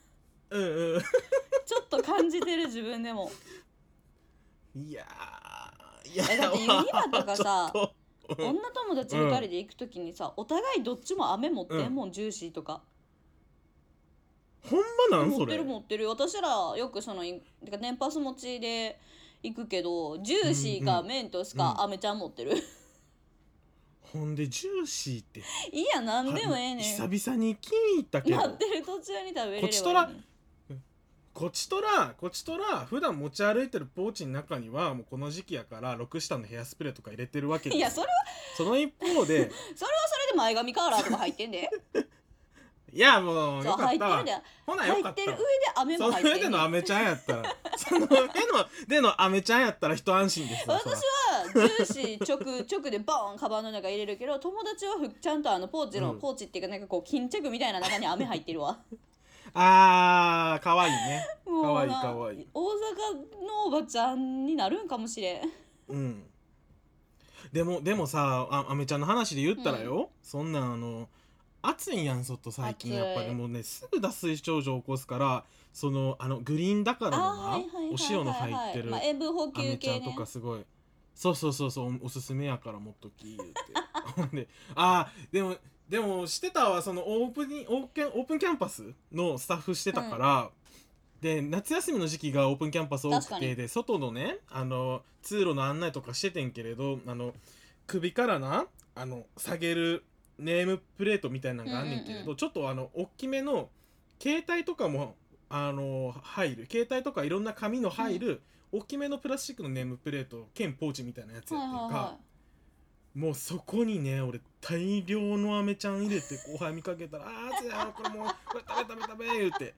Speaker 2: ちょっと感じてる自分でも。
Speaker 1: いや
Speaker 2: だってユニバとかさ女友達2人で行くときにさ、お互いどっちも飴持ってんもん、ジューシーとか。
Speaker 1: ほんまなんそれ。
Speaker 2: 持ってる。私らよくてか年パス持ちで行くけど、ジューシーかメントスか飴ちゃん持ってる。
Speaker 1: ほんでジューシーって
Speaker 2: いいや、なんでもええねん。
Speaker 1: 久々に聞いたけど、
Speaker 2: 待ってる途中に食べれればいいねん。
Speaker 1: こちとら普段持ち歩いてるポーチの中にはもうこの時期やから6下のヘアスプレーとか入れてるわけですよ。
Speaker 2: いやそれは
Speaker 1: その一方で
Speaker 2: それはそれで前髪カーラーとか入ってんで
Speaker 1: いやもうよかったわ。ほなよかったわ。
Speaker 2: 入ってる上で飴も入ってんねん。
Speaker 1: その上での飴ちゃんやったらその上での飴ちゃんやったら一安心ですよ。
Speaker 2: 私はジューシー直でボーンカバンの中入れるけど、友達はちゃんとポーチっていうか、なんかこう巾着みたいな中に飴入ってるわ
Speaker 1: かわいいね。かわいい。
Speaker 2: 大阪のおばちゃんになるんかもしれん。
Speaker 1: でもさ、アメちゃんの話で言ったらよ、そんな暑いやん外最近。やっぱりもうねすぐ脱水症状起こすから、グリーンだからのなお塩の入ってる
Speaker 2: 塩分補給系ね、
Speaker 1: アメちゃんとかすごいそうおすすめやからもっとき言うてほんででもしてたわ、そのオープンキャンパスのスタッフしてたから、で夏休みの時期がオープンキャンパス多くて、で外のね通路の案内とかしててんけれど、首からな下げるネームプレートみたいなのがあんねんけれど、ちょっと大きめの携帯とかも入る、携帯とかいろんな紙の入る、大きめのプラスチックのネームプレート兼ポーチみたいなやつやってるか、もうそこにね俺大量の飴ちゃん入れて後輩見かけたらこれもうこれ食べ言うて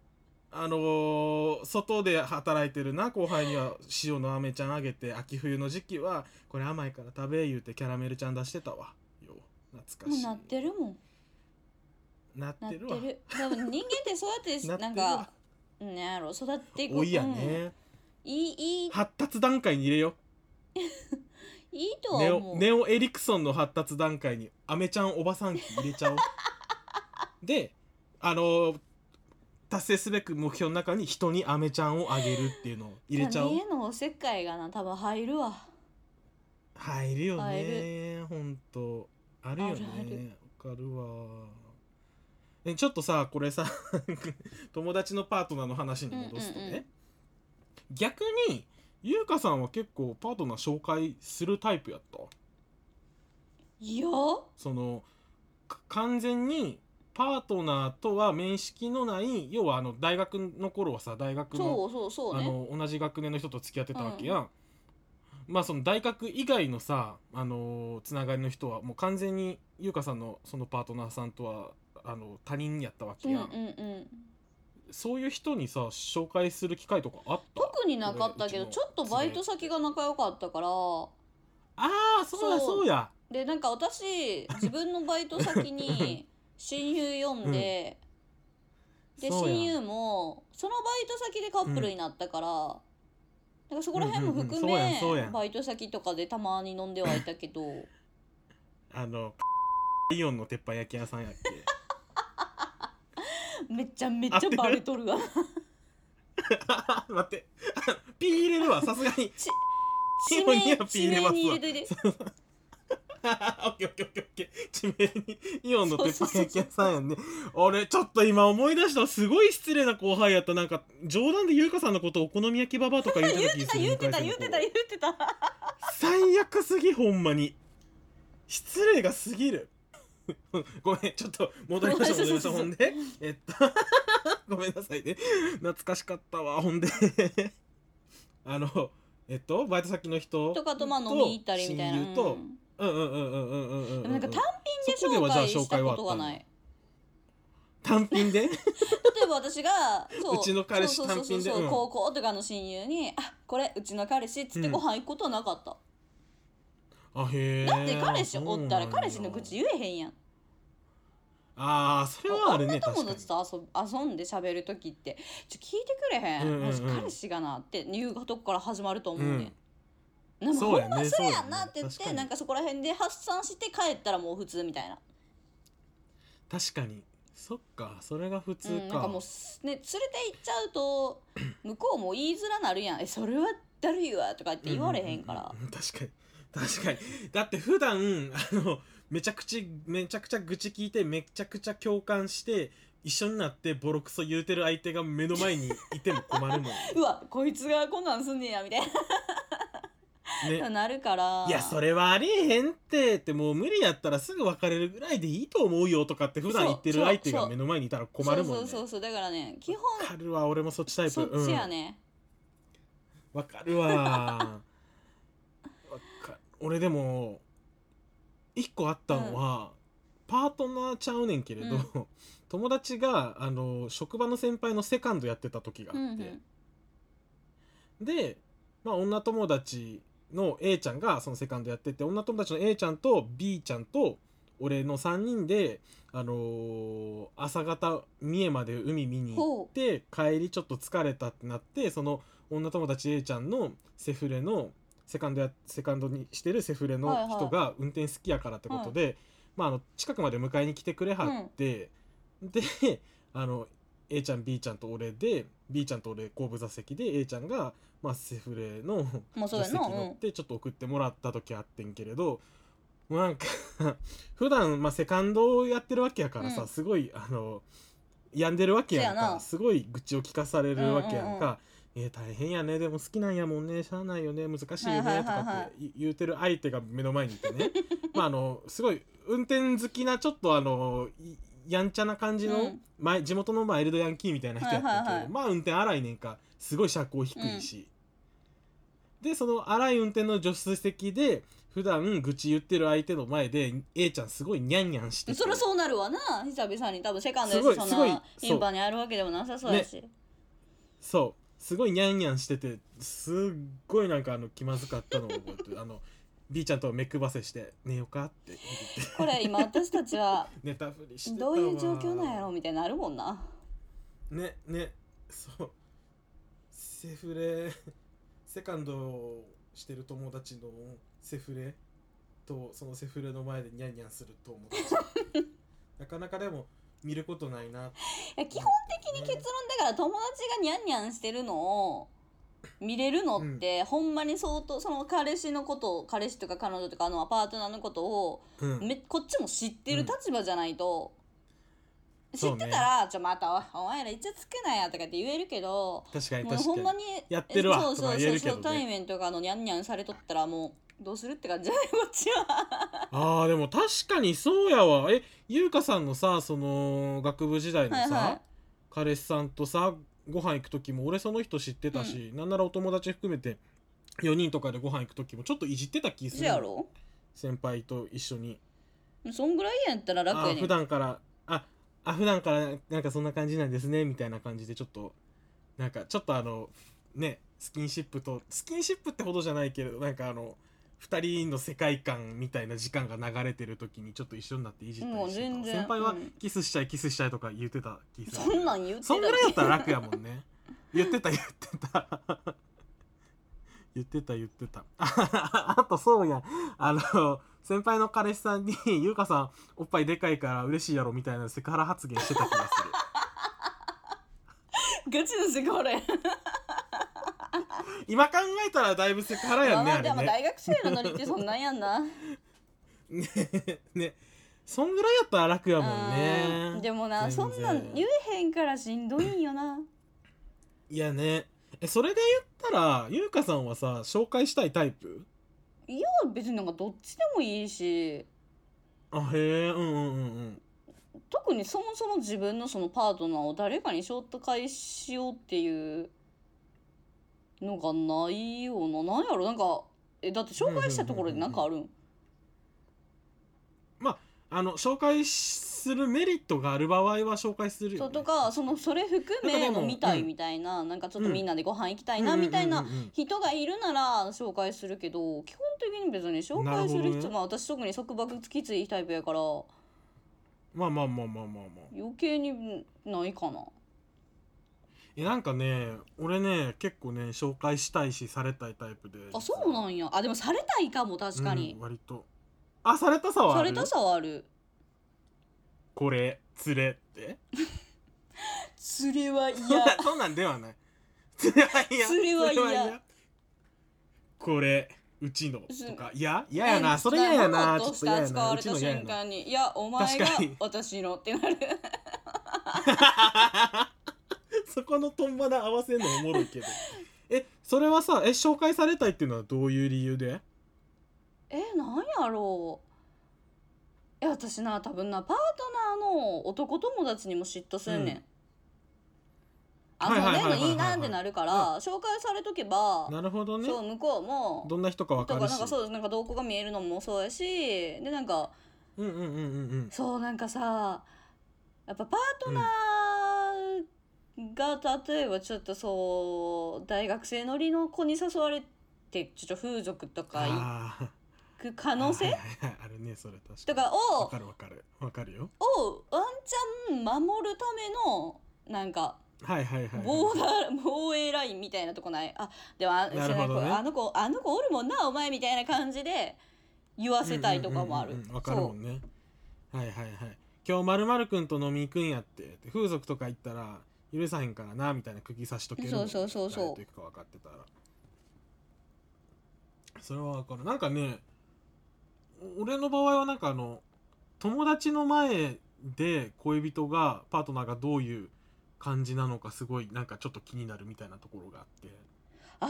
Speaker 1: 外で働いてるな後輩には塩の飴ちゃんあげて、秋冬の時期はこれ甘いから食べ言うてキャラメルちゃん出してたわよ。懐かしい。
Speaker 2: もうなってるもん。
Speaker 1: なってるわ。
Speaker 2: でも人間ってそうやってなんかやろ育っていく。
Speaker 1: 多いやね。
Speaker 2: いい
Speaker 1: 発達段階に入れよ
Speaker 2: いいとは思う。
Speaker 1: ネオエリクソンの発達段階にアメちゃんおばさん期入れちゃおうで達成すべく目標の中に人にアメちゃんをあげるっていうのを入れちゃおう。
Speaker 2: 家のおせっかいがな多分入るわ。
Speaker 1: 入るよねほんと。 あるよ
Speaker 2: あるある。
Speaker 1: ね。わかるわ。ちょっとさこれさ友達のパートナーの話に戻すとね、逆にゆうかさんは結構パートナー紹介するタイプやった？
Speaker 2: いや、
Speaker 1: その完全にパートナーとは面識のない、要は大学の頃はさ、大学の
Speaker 2: そうそうそうね。
Speaker 1: 同じ学年の人と付き合ってたわけやん、まあその大学以外のさ、つながりの人はもう完全に優香さんのそのパートナーさんとは他人やったわけやん、そういう人にさ紹介する機会とかあった？
Speaker 2: 特になかったけど、ちょっとバイト先が仲良かったから。
Speaker 1: ああそうやそうや。
Speaker 2: でなんか私自分のバイト先に親友呼んで、で親友もそのバイト先でカップルになったから、だからそこら辺も含めバイト先とかでたまに飲んではいたけど、
Speaker 1: イオンの鉄板焼き屋さんやっけ
Speaker 2: めちゃめちゃバレとるわ
Speaker 1: 待ってピー入れるわさすがに
Speaker 2: 地名に入れといて
Speaker 1: オッケーオッケーオッケーオッケー。地名にイオンの鉄板焼き屋さんやんね。俺ちょっと今思い出した。すごい失礼な後輩やった。なんか冗談で優香さんのことお好み焼きババアとか言ってた気する。
Speaker 2: 言ってた
Speaker 1: 最悪すぎ、ほんまに失礼がすぎるごめん、ちょっと戻りましょう。ほんでごめんなさいね、懐かしかったわ。ほんでバイト先の人
Speaker 2: とかとまあ飲み行ったりみたいな。
Speaker 1: 親友と、でも
Speaker 2: なんか単品で紹介したことがない。
Speaker 1: 単品で例
Speaker 2: えば私が
Speaker 1: うちの彼氏単品で
Speaker 2: 高校とかの親友にあこれうちの彼氏っつってご飯行くことはなかった、
Speaker 1: あへえ。
Speaker 2: だって彼氏おったら彼氏の口言えへんやん。
Speaker 1: ああそれはあるね。
Speaker 2: 女友達と遊んで喋る時って聞いてくれへん、マジ彼氏がなっていうとこから始まると思うね、でもほんまそうやんなって言って、なんかそこら辺で発散して帰ったらもう普通みたいな。
Speaker 1: 確かにそっか、それが普通か、
Speaker 2: なんかもうね連れて行っちゃうと向こうも言いづらなるやんそれはだるいわとかって言われへんから、
Speaker 1: 確かにだって普段めちゃくちゃ愚痴聞いてめちゃくちゃ共感して一緒になってボロクソ言うてる相手が目の前にいても困るもん
Speaker 2: うわこいつがこんなんすんねやみたいな、ね、なるから。
Speaker 1: いやそれはありえへんってもう無理やったらすぐ別れるぐらいでいいと思うよとかって普段言ってる相手が目の前にいたら困るもんね。
Speaker 2: そうだからね基本
Speaker 1: わかるわ、俺もそっちタイプ。
Speaker 2: そっちやね。
Speaker 1: わかるわ俺でも一個あったのは、パートナーちゃうねんけれど、友達が職場の先輩のセカンドやってた時があって、で、まあ、女友達の A ちゃんがそのセカンドやってて、女友達の A ちゃんと B ちゃんと俺の3人で、朝方三重まで海見に行って帰りちょっと疲れたってなって、その女友達 A ちゃんのセフレのセカンドにしてるセフレの人が運転好きやからってことで、まあ、近くまで迎えに来てくれはって、でA ちゃん B ちゃんと俺で B ちゃんと俺後部座席で A ちゃんが、まあ、セフレの助手席乗ってちょっと送ってもらった時あってんけれど、もうなんか普段、まあ、セカンドをやってるわけやからさ、すごい病んでるわけやんか、すごい愚痴を聞かされるわけやんか、大変やね、でも好きなんやもんね、しゃあないよね、難しいよねとかって言うてる相手が目の前にいてねまあすごい運転好きなちょっとやんちゃな感じの、地元のマイルドヤンキーみたいな人やったけど、まあ運転荒いねんか、すごい車高低いし、でその荒い運転の助手席で普段愚痴言ってる相手の前で A ちゃんすごいニャンニャンしてて、
Speaker 2: そりゃそうなるわな、久々に多分セカンドやしそんな頻繁にあるわけでもなさそうやし、
Speaker 1: そうすごいニャンニャンしてて、すっごいなんか気まずかったのを覚えてB ちゃんと目くばせして寝ようかって言って
Speaker 2: これ今私たちは
Speaker 1: 寝たふりしてた
Speaker 2: わ、どういう状況なんやろみたいなあるもんな。
Speaker 1: ねそうセフレセカンドしてる友達のセフレとそのセフレの前でニャンニャンする友達なかなかでも見ることないな。
Speaker 2: いや基本的に結論だから友達がニャンニャンしてるのを見れるのって、ほんまに相当その彼氏とか彼女とかパートナーのことを、こっちも知ってる立場じゃないと、知ってたら、またお前らイチャつけなやとかって言えるけど、
Speaker 1: 確かに
Speaker 2: もうほんまに
Speaker 1: やってるわ
Speaker 2: そう
Speaker 1: とか言えるけどね。
Speaker 2: 対面とかのニャンニャンされとったらもうどうするって感じじゃないこっちは。
Speaker 1: でも確かにそうやわ。優香さんのさ、その学部時代のさ、
Speaker 2: はいはい、
Speaker 1: 彼氏さんとさご飯行く時も俺その人知ってたし、なんならお友達含めて4人とかでご飯行く時もちょっといじってた気する。
Speaker 2: やろ、
Speaker 1: 先輩と一緒に。
Speaker 2: そんぐらいやったら楽やねん。
Speaker 1: 普段からなんかそんな感じなんですねみたいな感じでちょっとね、スキンシップってほどじゃないけど、なんか2人の世界観みたいな時間が流れてる時にちょっと一緒になっていじったりしてた。先輩はキスしたいとか言ってた気する。
Speaker 2: そんなん言ってた。
Speaker 1: そんぐらいだったら楽やもんね。言ってたあとそうやん、先輩の彼氏さんに優香さんおっぱいでかいから嬉しいやろみたいなセクハラ発言してた気がする。
Speaker 2: ガチのセクハラや。
Speaker 1: 今考えたらだいぶセクハラやんね。あれね。
Speaker 2: でも大学生のノリってそんなんやんな。
Speaker 1: ね、そんぐらいやったら楽やもんね。
Speaker 2: でもな、そんなん言えへんからしんどいんよな。
Speaker 1: いやね。それで言ったら優香さんはさ、紹介したいタイプ？
Speaker 2: いや別になんかどっちでもいいし。
Speaker 1: へえ、
Speaker 2: 特にそもそも自分のそのパートナーを誰かに紹介しようっていうのがないよな。なんやろ、なんかだって紹介したところでなんかあるん？
Speaker 1: まあ紹介するメリットがある場合は紹介するよね。
Speaker 2: そうとか、それ含めの見たいみたいな、なんかちょっとみんなでご飯行きたいなみたいな人がいるなら紹介するけど、基本的に別に紹介する必要、私特に束縛きついタイプやから、
Speaker 1: まあ
Speaker 2: 余計にないかな。
Speaker 1: なんかね、俺ね結構ね紹介したいしされたいタイプで。
Speaker 2: あ、そうなんや。でもされたいかも、確かに、
Speaker 1: 割とされたさはある。
Speaker 2: されたさはある。
Speaker 1: これ連れって
Speaker 2: 連れは嫌。
Speaker 1: そんなんではない。連れは嫌。これうちのとか嫌やな。それ嫌やな。ちょっと嫌やな。
Speaker 2: 使われた瞬間に、いやお前が私のってなる。
Speaker 1: そこのトンバナ合わせるのおもろいけど。それはさ、紹介されたいっていうのはどういう理由で？
Speaker 2: なんやろう。私な、多分な、パートナーの男友達にも嫉妬すんねん。そういうのいいなってなるから、紹介されとけば。
Speaker 1: なるほどね。
Speaker 2: そう、向こうも
Speaker 1: どんな人か分かるし。
Speaker 2: なんか動向が見えるのもそうやし、でなんか、そうなんかさ、やっぱパートナーが例えばちょっとそう大学生乗りの子に誘われてちょっと風俗とか行く可能性
Speaker 1: あるね、それ確かに。
Speaker 2: とかを
Speaker 1: わかるよ。
Speaker 2: をワンチャン守るためのなんか防衛ラインみたいなとこない？でも
Speaker 1: なるほどね、
Speaker 2: あの子おるもんなお前みたいな感じで言わせたいとかもある。
Speaker 1: わかるもんね。今日〇〇くんと飲み行くんやって風俗とか行ったら許さへんからなみたいな釘刺しとけるもん。
Speaker 2: そう
Speaker 1: 誰と行くか分かってたらそれは分かる。なんかね、俺の場合はなんか友達の前で恋人がパートナーがどういう感じなのかすごいなんかちょっと気になるみたいなところがあって。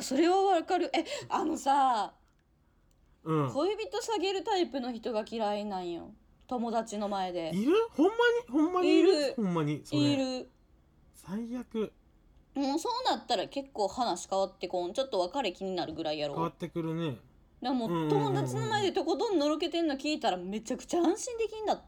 Speaker 2: それは分かる。さ、
Speaker 1: 恋
Speaker 2: 人下げるタイプの人が嫌いなんよ、友達の前で。
Speaker 1: いる？ほんまにいる？ほんまにそれ
Speaker 2: いる。
Speaker 1: 最悪。
Speaker 2: もうそうなったら結構話変わってこん。ちょっと別れ気になるぐらいやろ。
Speaker 1: 変わってくるね。
Speaker 2: でも友達の前でとことんのろけてんの聞いたらめちゃくちゃ安心できんだって。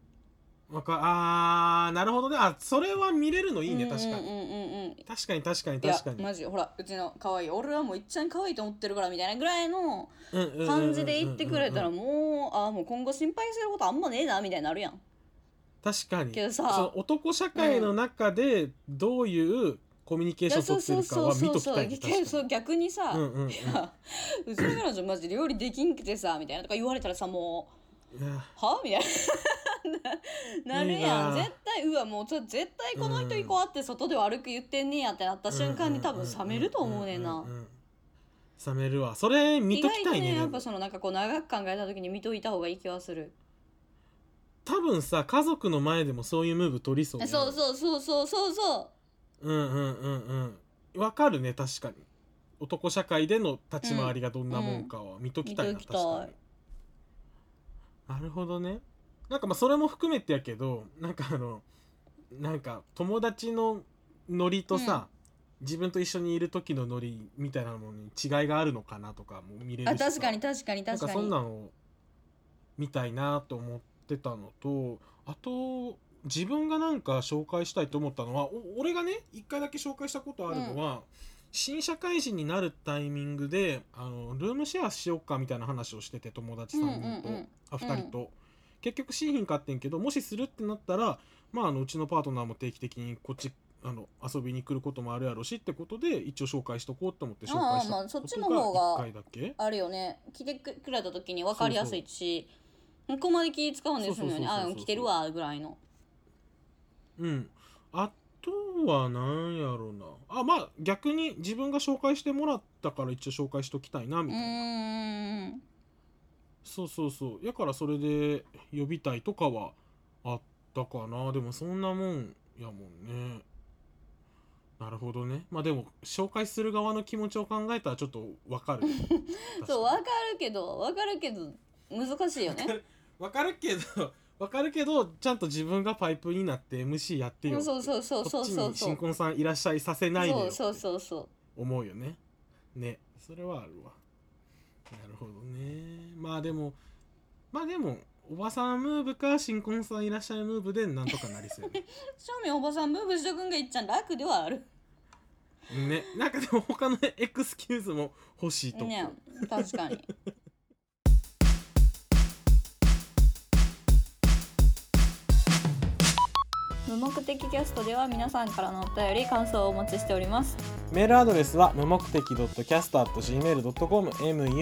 Speaker 1: なるほどね。それは見れるのいいね。確かに確かに。
Speaker 2: いやマジほら、うちの可愛い、俺はもういっちゃん可愛いと思ってるからみたいなぐらいの感じで言ってくれたらもう今後心配することあんまねえなみたいになるやん。
Speaker 1: 確かに。
Speaker 2: けどさ、
Speaker 1: その男社会の中でどういうコミュニケーション取ってるかは見ときたいね。
Speaker 2: そう逆にさ、うちの彼女マジで料理できんくてさみたいなとか言われたらさ、もうはみたいななるやん。絶対うわもう絶対この人行こうって外で歩く言ってんねやってなった瞬間に多分冷めると思うねんな。
Speaker 1: 冷めるわ。それ見ときたいね。
Speaker 2: 意外とねやっぱそのなんかこう長く考えた時に見といた方がいい気はする。
Speaker 1: 多分さ家族の前でもそういうムーブ取りそう。
Speaker 2: そうそうそうそうそうそう。
Speaker 1: わかるね。確かに男社会での立ち回りがどんなもんかは見ときたいな、確かに。なるほどね。なんかまあそれも含めてやけど、なんかなんか友達のノリとさ、自分と一緒にいる時のノリみたいなものに違いがあるのかなとかも見れるしさ。
Speaker 2: 確かに確かに確かに。
Speaker 1: なんかそんなのを見たいなと思ってたのと、あと自分がなんか紹介したいと思ったのは、俺がね一回だけ紹介したことあるのは、新社会人になるタイミングでルームシェアしようかみたいな話をしてて、友達3人と、2人と結局しーひんかってんけど、もしするってなったらまあうちのパートナーも定期的にこっち遊びに来ることもあるやろしってことで一応紹介しとこうと思って紹介した
Speaker 2: そっちの
Speaker 1: こと
Speaker 2: 方が
Speaker 1: が1回だけ
Speaker 2: あるよね。来てくれた時に分かりやすいし、ここまで気使うんですよね。来てるわぐらいの。
Speaker 1: あとはなんやろな、まあ逆に自分が紹介してもらったから一応紹介しときたいなみたいな。そうやからそれで呼びたいとかはあったかな。でもそんなもんやもんね。なるほどね。まあでも紹介する側の気持ちを考えたらちょっと分かる
Speaker 2: そう分かるけど難しいよね。
Speaker 1: 分かるけどちゃんと自分がパイプになって MC やってよ。
Speaker 2: そう
Speaker 1: こっちに新婚さんいらっしゃいさせないでよって思うよね。それはあるわ。なるほどね。まあでもおばさんムーブか新婚さんいらっしゃいムーブでなんとかなりそうよね。
Speaker 2: 正面おばさんムーブしとくんがいっちゃん楽ではある
Speaker 1: ね。なんかでも他のエクスキューズも欲しいと
Speaker 2: ね。確かに。無目的キャストでは皆さんからのお便り感想をお待ちしております。
Speaker 1: メールアドレスは無目的.cast@gmail.com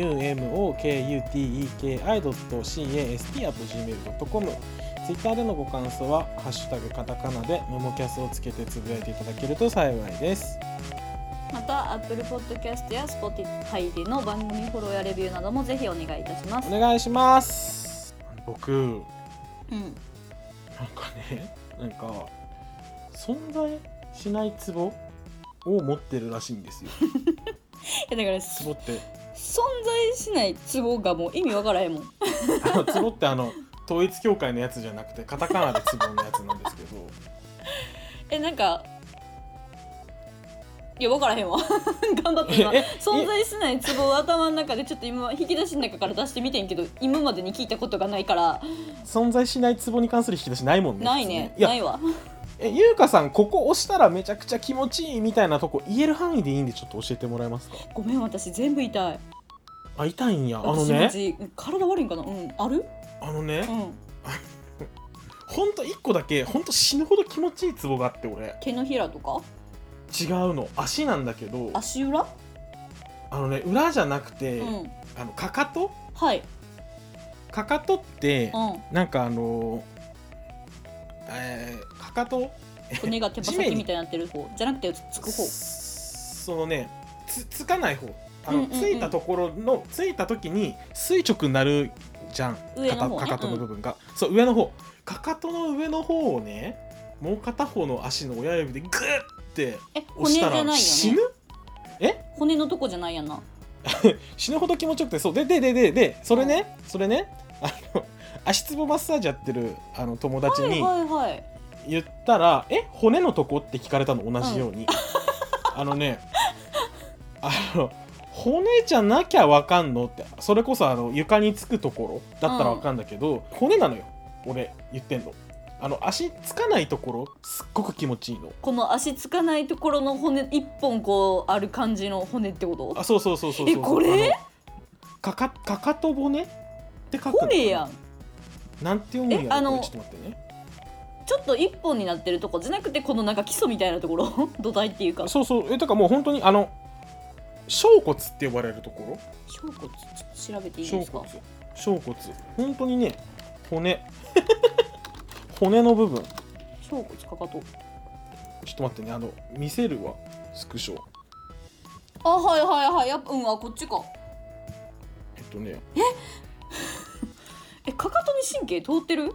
Speaker 1: mumokuteki.cast@gmail.com。 ツイッターでのご感想はハッシュタグカタカナでムモキャスをつけてつぶやいていただけると幸いです。
Speaker 2: また Apple Podcast や Spotify での番組フォローやレビューなどもぜひお願いいたします。
Speaker 1: お願いします。僕なんかね、存在しないツボを持ってるらしいんですよ。
Speaker 2: だから
Speaker 1: ツボって
Speaker 2: 存在しないツボがもう意味わからへんもん。
Speaker 1: ツボって統一教会のやつじゃなくてカタカナでツボのやつなんですけど
Speaker 2: なんかいや分からへんわ。頑張って今存在しないツボを頭の中でちょっと今引き出しの中から出してみてんけど、今までに聞いたことがないから。
Speaker 1: 存在しないツボに関する引き出しないもんね。
Speaker 2: ないね。ないわ。
Speaker 1: ゆうかさんここ押したらめちゃくちゃ気持ちいいみたいなとこ言える範囲でいいんでちょっと教えてもらえますか。
Speaker 2: ごめん私全部痛い。
Speaker 1: 痛いんや。
Speaker 2: 体悪いんかな。ある
Speaker 1: ほんと1個だけほんと死ぬほど気持ちいいツボがあって、俺
Speaker 2: 手のひらとか
Speaker 1: 違うの、足なんだけど。
Speaker 2: 足裏
Speaker 1: 裏じゃなくて、かかと。
Speaker 2: はい
Speaker 1: かかとって、なんかかかと
Speaker 2: 骨が手羽先みたいになってる方じゃなくてつく方。
Speaker 1: つかない方。ついたところのついた時に垂直になるじゃん、
Speaker 2: 上の方ね、
Speaker 1: かかとの部分が、そう上の方、かかとの上の方をね、もう片方の足の親指でグッて押したら死ぬ。
Speaker 2: 骨のとこじゃないやな。
Speaker 1: 死ぬほど気持ちよくて、そうでそれね足つぼマッサージやってる友達に言ったら、骨のとこって聞かれたの、同じように。骨じゃなきゃわかんのって、それこそ床につくところだったらわかんだけど、骨なのよ俺言ってんの。足つかないところすっごく気持ちいいの。
Speaker 2: この足つかないところの骨一本こうある感じの骨ってこと？
Speaker 1: そう
Speaker 2: これ
Speaker 1: かかと骨って書くの。
Speaker 2: 骨やん。
Speaker 1: なんて読むんやろ。ちょっと待ってね。
Speaker 2: ちょっと一本になってるとこじゃなくて、このなんか基礎みたいなところ土台っていうか。
Speaker 1: だからもう本当に小骨って呼ばれるところ。
Speaker 2: 小骨ちょっと調べていいですか。
Speaker 1: 小骨本当にね、骨骨の部分。
Speaker 2: 小骨かかと。
Speaker 1: ちょっと待ってね、見せるわスクショ。
Speaker 2: あ、はいはいはい、やっぱあこっちか。
Speaker 1: ね
Speaker 2: かかとに神経通ってる？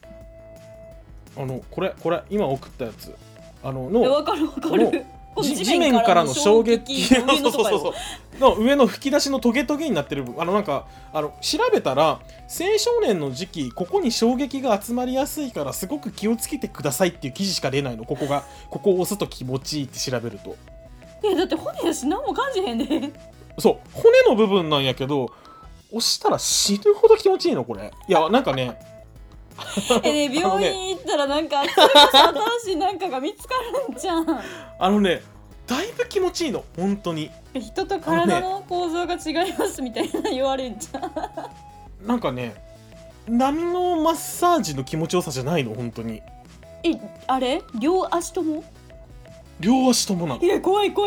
Speaker 1: これ今送ったやつ
Speaker 2: わかるわかる。
Speaker 1: 地面からの衝撃の上の吹き出しのトゲトゲになってる部分、なんか調べたら青少年の時期ここに衝撃が集まりやすいからすごく気をつけてくださいっていう記事しか出ないの。ここを押すと気持ちいいって調べると。
Speaker 2: いやだって骨やし何も感じへんね。
Speaker 1: そう骨の部分なんやけど押したら死ぬほど気持ちいいのこれ。いやなんかね
Speaker 2: 病院行ったらなんか新しいなんかが見つかるんじゃん。
Speaker 1: だいぶ気持ちいいの本当に。
Speaker 2: 人と体の構造が違いますみたいな言われんじゃん。
Speaker 1: なんかね波のマッサージの気持ちよさじゃないの本当に。
Speaker 2: あれ両足とも？
Speaker 1: 両足ともなの。
Speaker 2: いや怖いなんか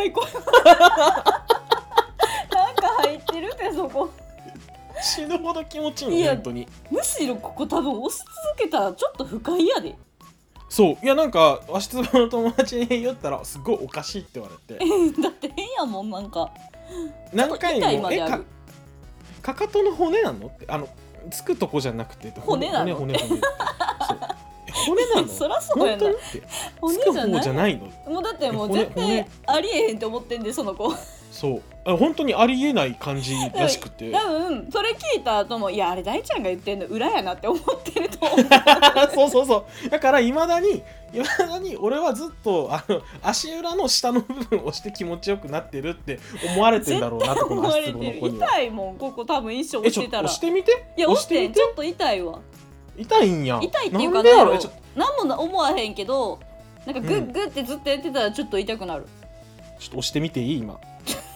Speaker 2: 入ってるってそこ。
Speaker 1: 死ぬほど気持ちいいの本当に。
Speaker 2: むしろここ多分押し続けたらちょっと不快やで。
Speaker 1: そういやなんか足つぼの友達に言ったらすごいおかしいって言われて
Speaker 2: だって変やもんなんか
Speaker 1: 何回もかかとの骨なのってつくとこじゃなくて
Speaker 2: 骨なの
Speaker 1: 骨そう骨なの
Speaker 2: そらそうやな。
Speaker 1: 骨じゃないの。
Speaker 2: もうだってもう絶対ありえへんって思ってんでその子。
Speaker 1: そう本当にありえない感じらしくて
Speaker 2: 多分それ聞いた後もいやあれ大ちゃんが言ってんの裏やなって思ってると思う。
Speaker 1: そうだからいまだに俺はずっと足裏の下の部分を押して気持ちよくなってるって思われてんだろうなってこの足つぼの子には。
Speaker 2: 痛いもんここ多分一生押してたら。
Speaker 1: 押してみて。
Speaker 2: いや押してちょっと痛いわ。
Speaker 1: 痛いんや。
Speaker 2: 痛いっていうか何も思わへんけどなんかグッグッってずっとやってたらちょっと痛くなる。
Speaker 1: ちょっと押してみていい今。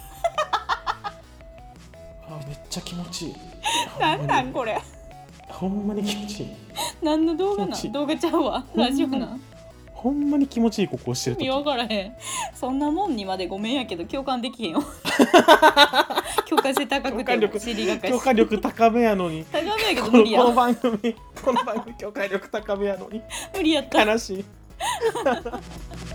Speaker 1: めっちゃ気持ちいい。
Speaker 2: なんこれ。
Speaker 1: ほんまに気持ちいい。
Speaker 2: 何の動画なん動画ちゃうわラジオなん。
Speaker 1: ほんまに気持ちいいここ押してるとき。
Speaker 2: 分からへん。そんなもんにまでごめんやけど共感できへんよ。共感性高くても尻がかし。
Speaker 1: 共感力高めやのに。
Speaker 2: 高めやけど無理や。
Speaker 1: この番組共感力高めやのに。
Speaker 2: 無理やった。
Speaker 1: 悲しい。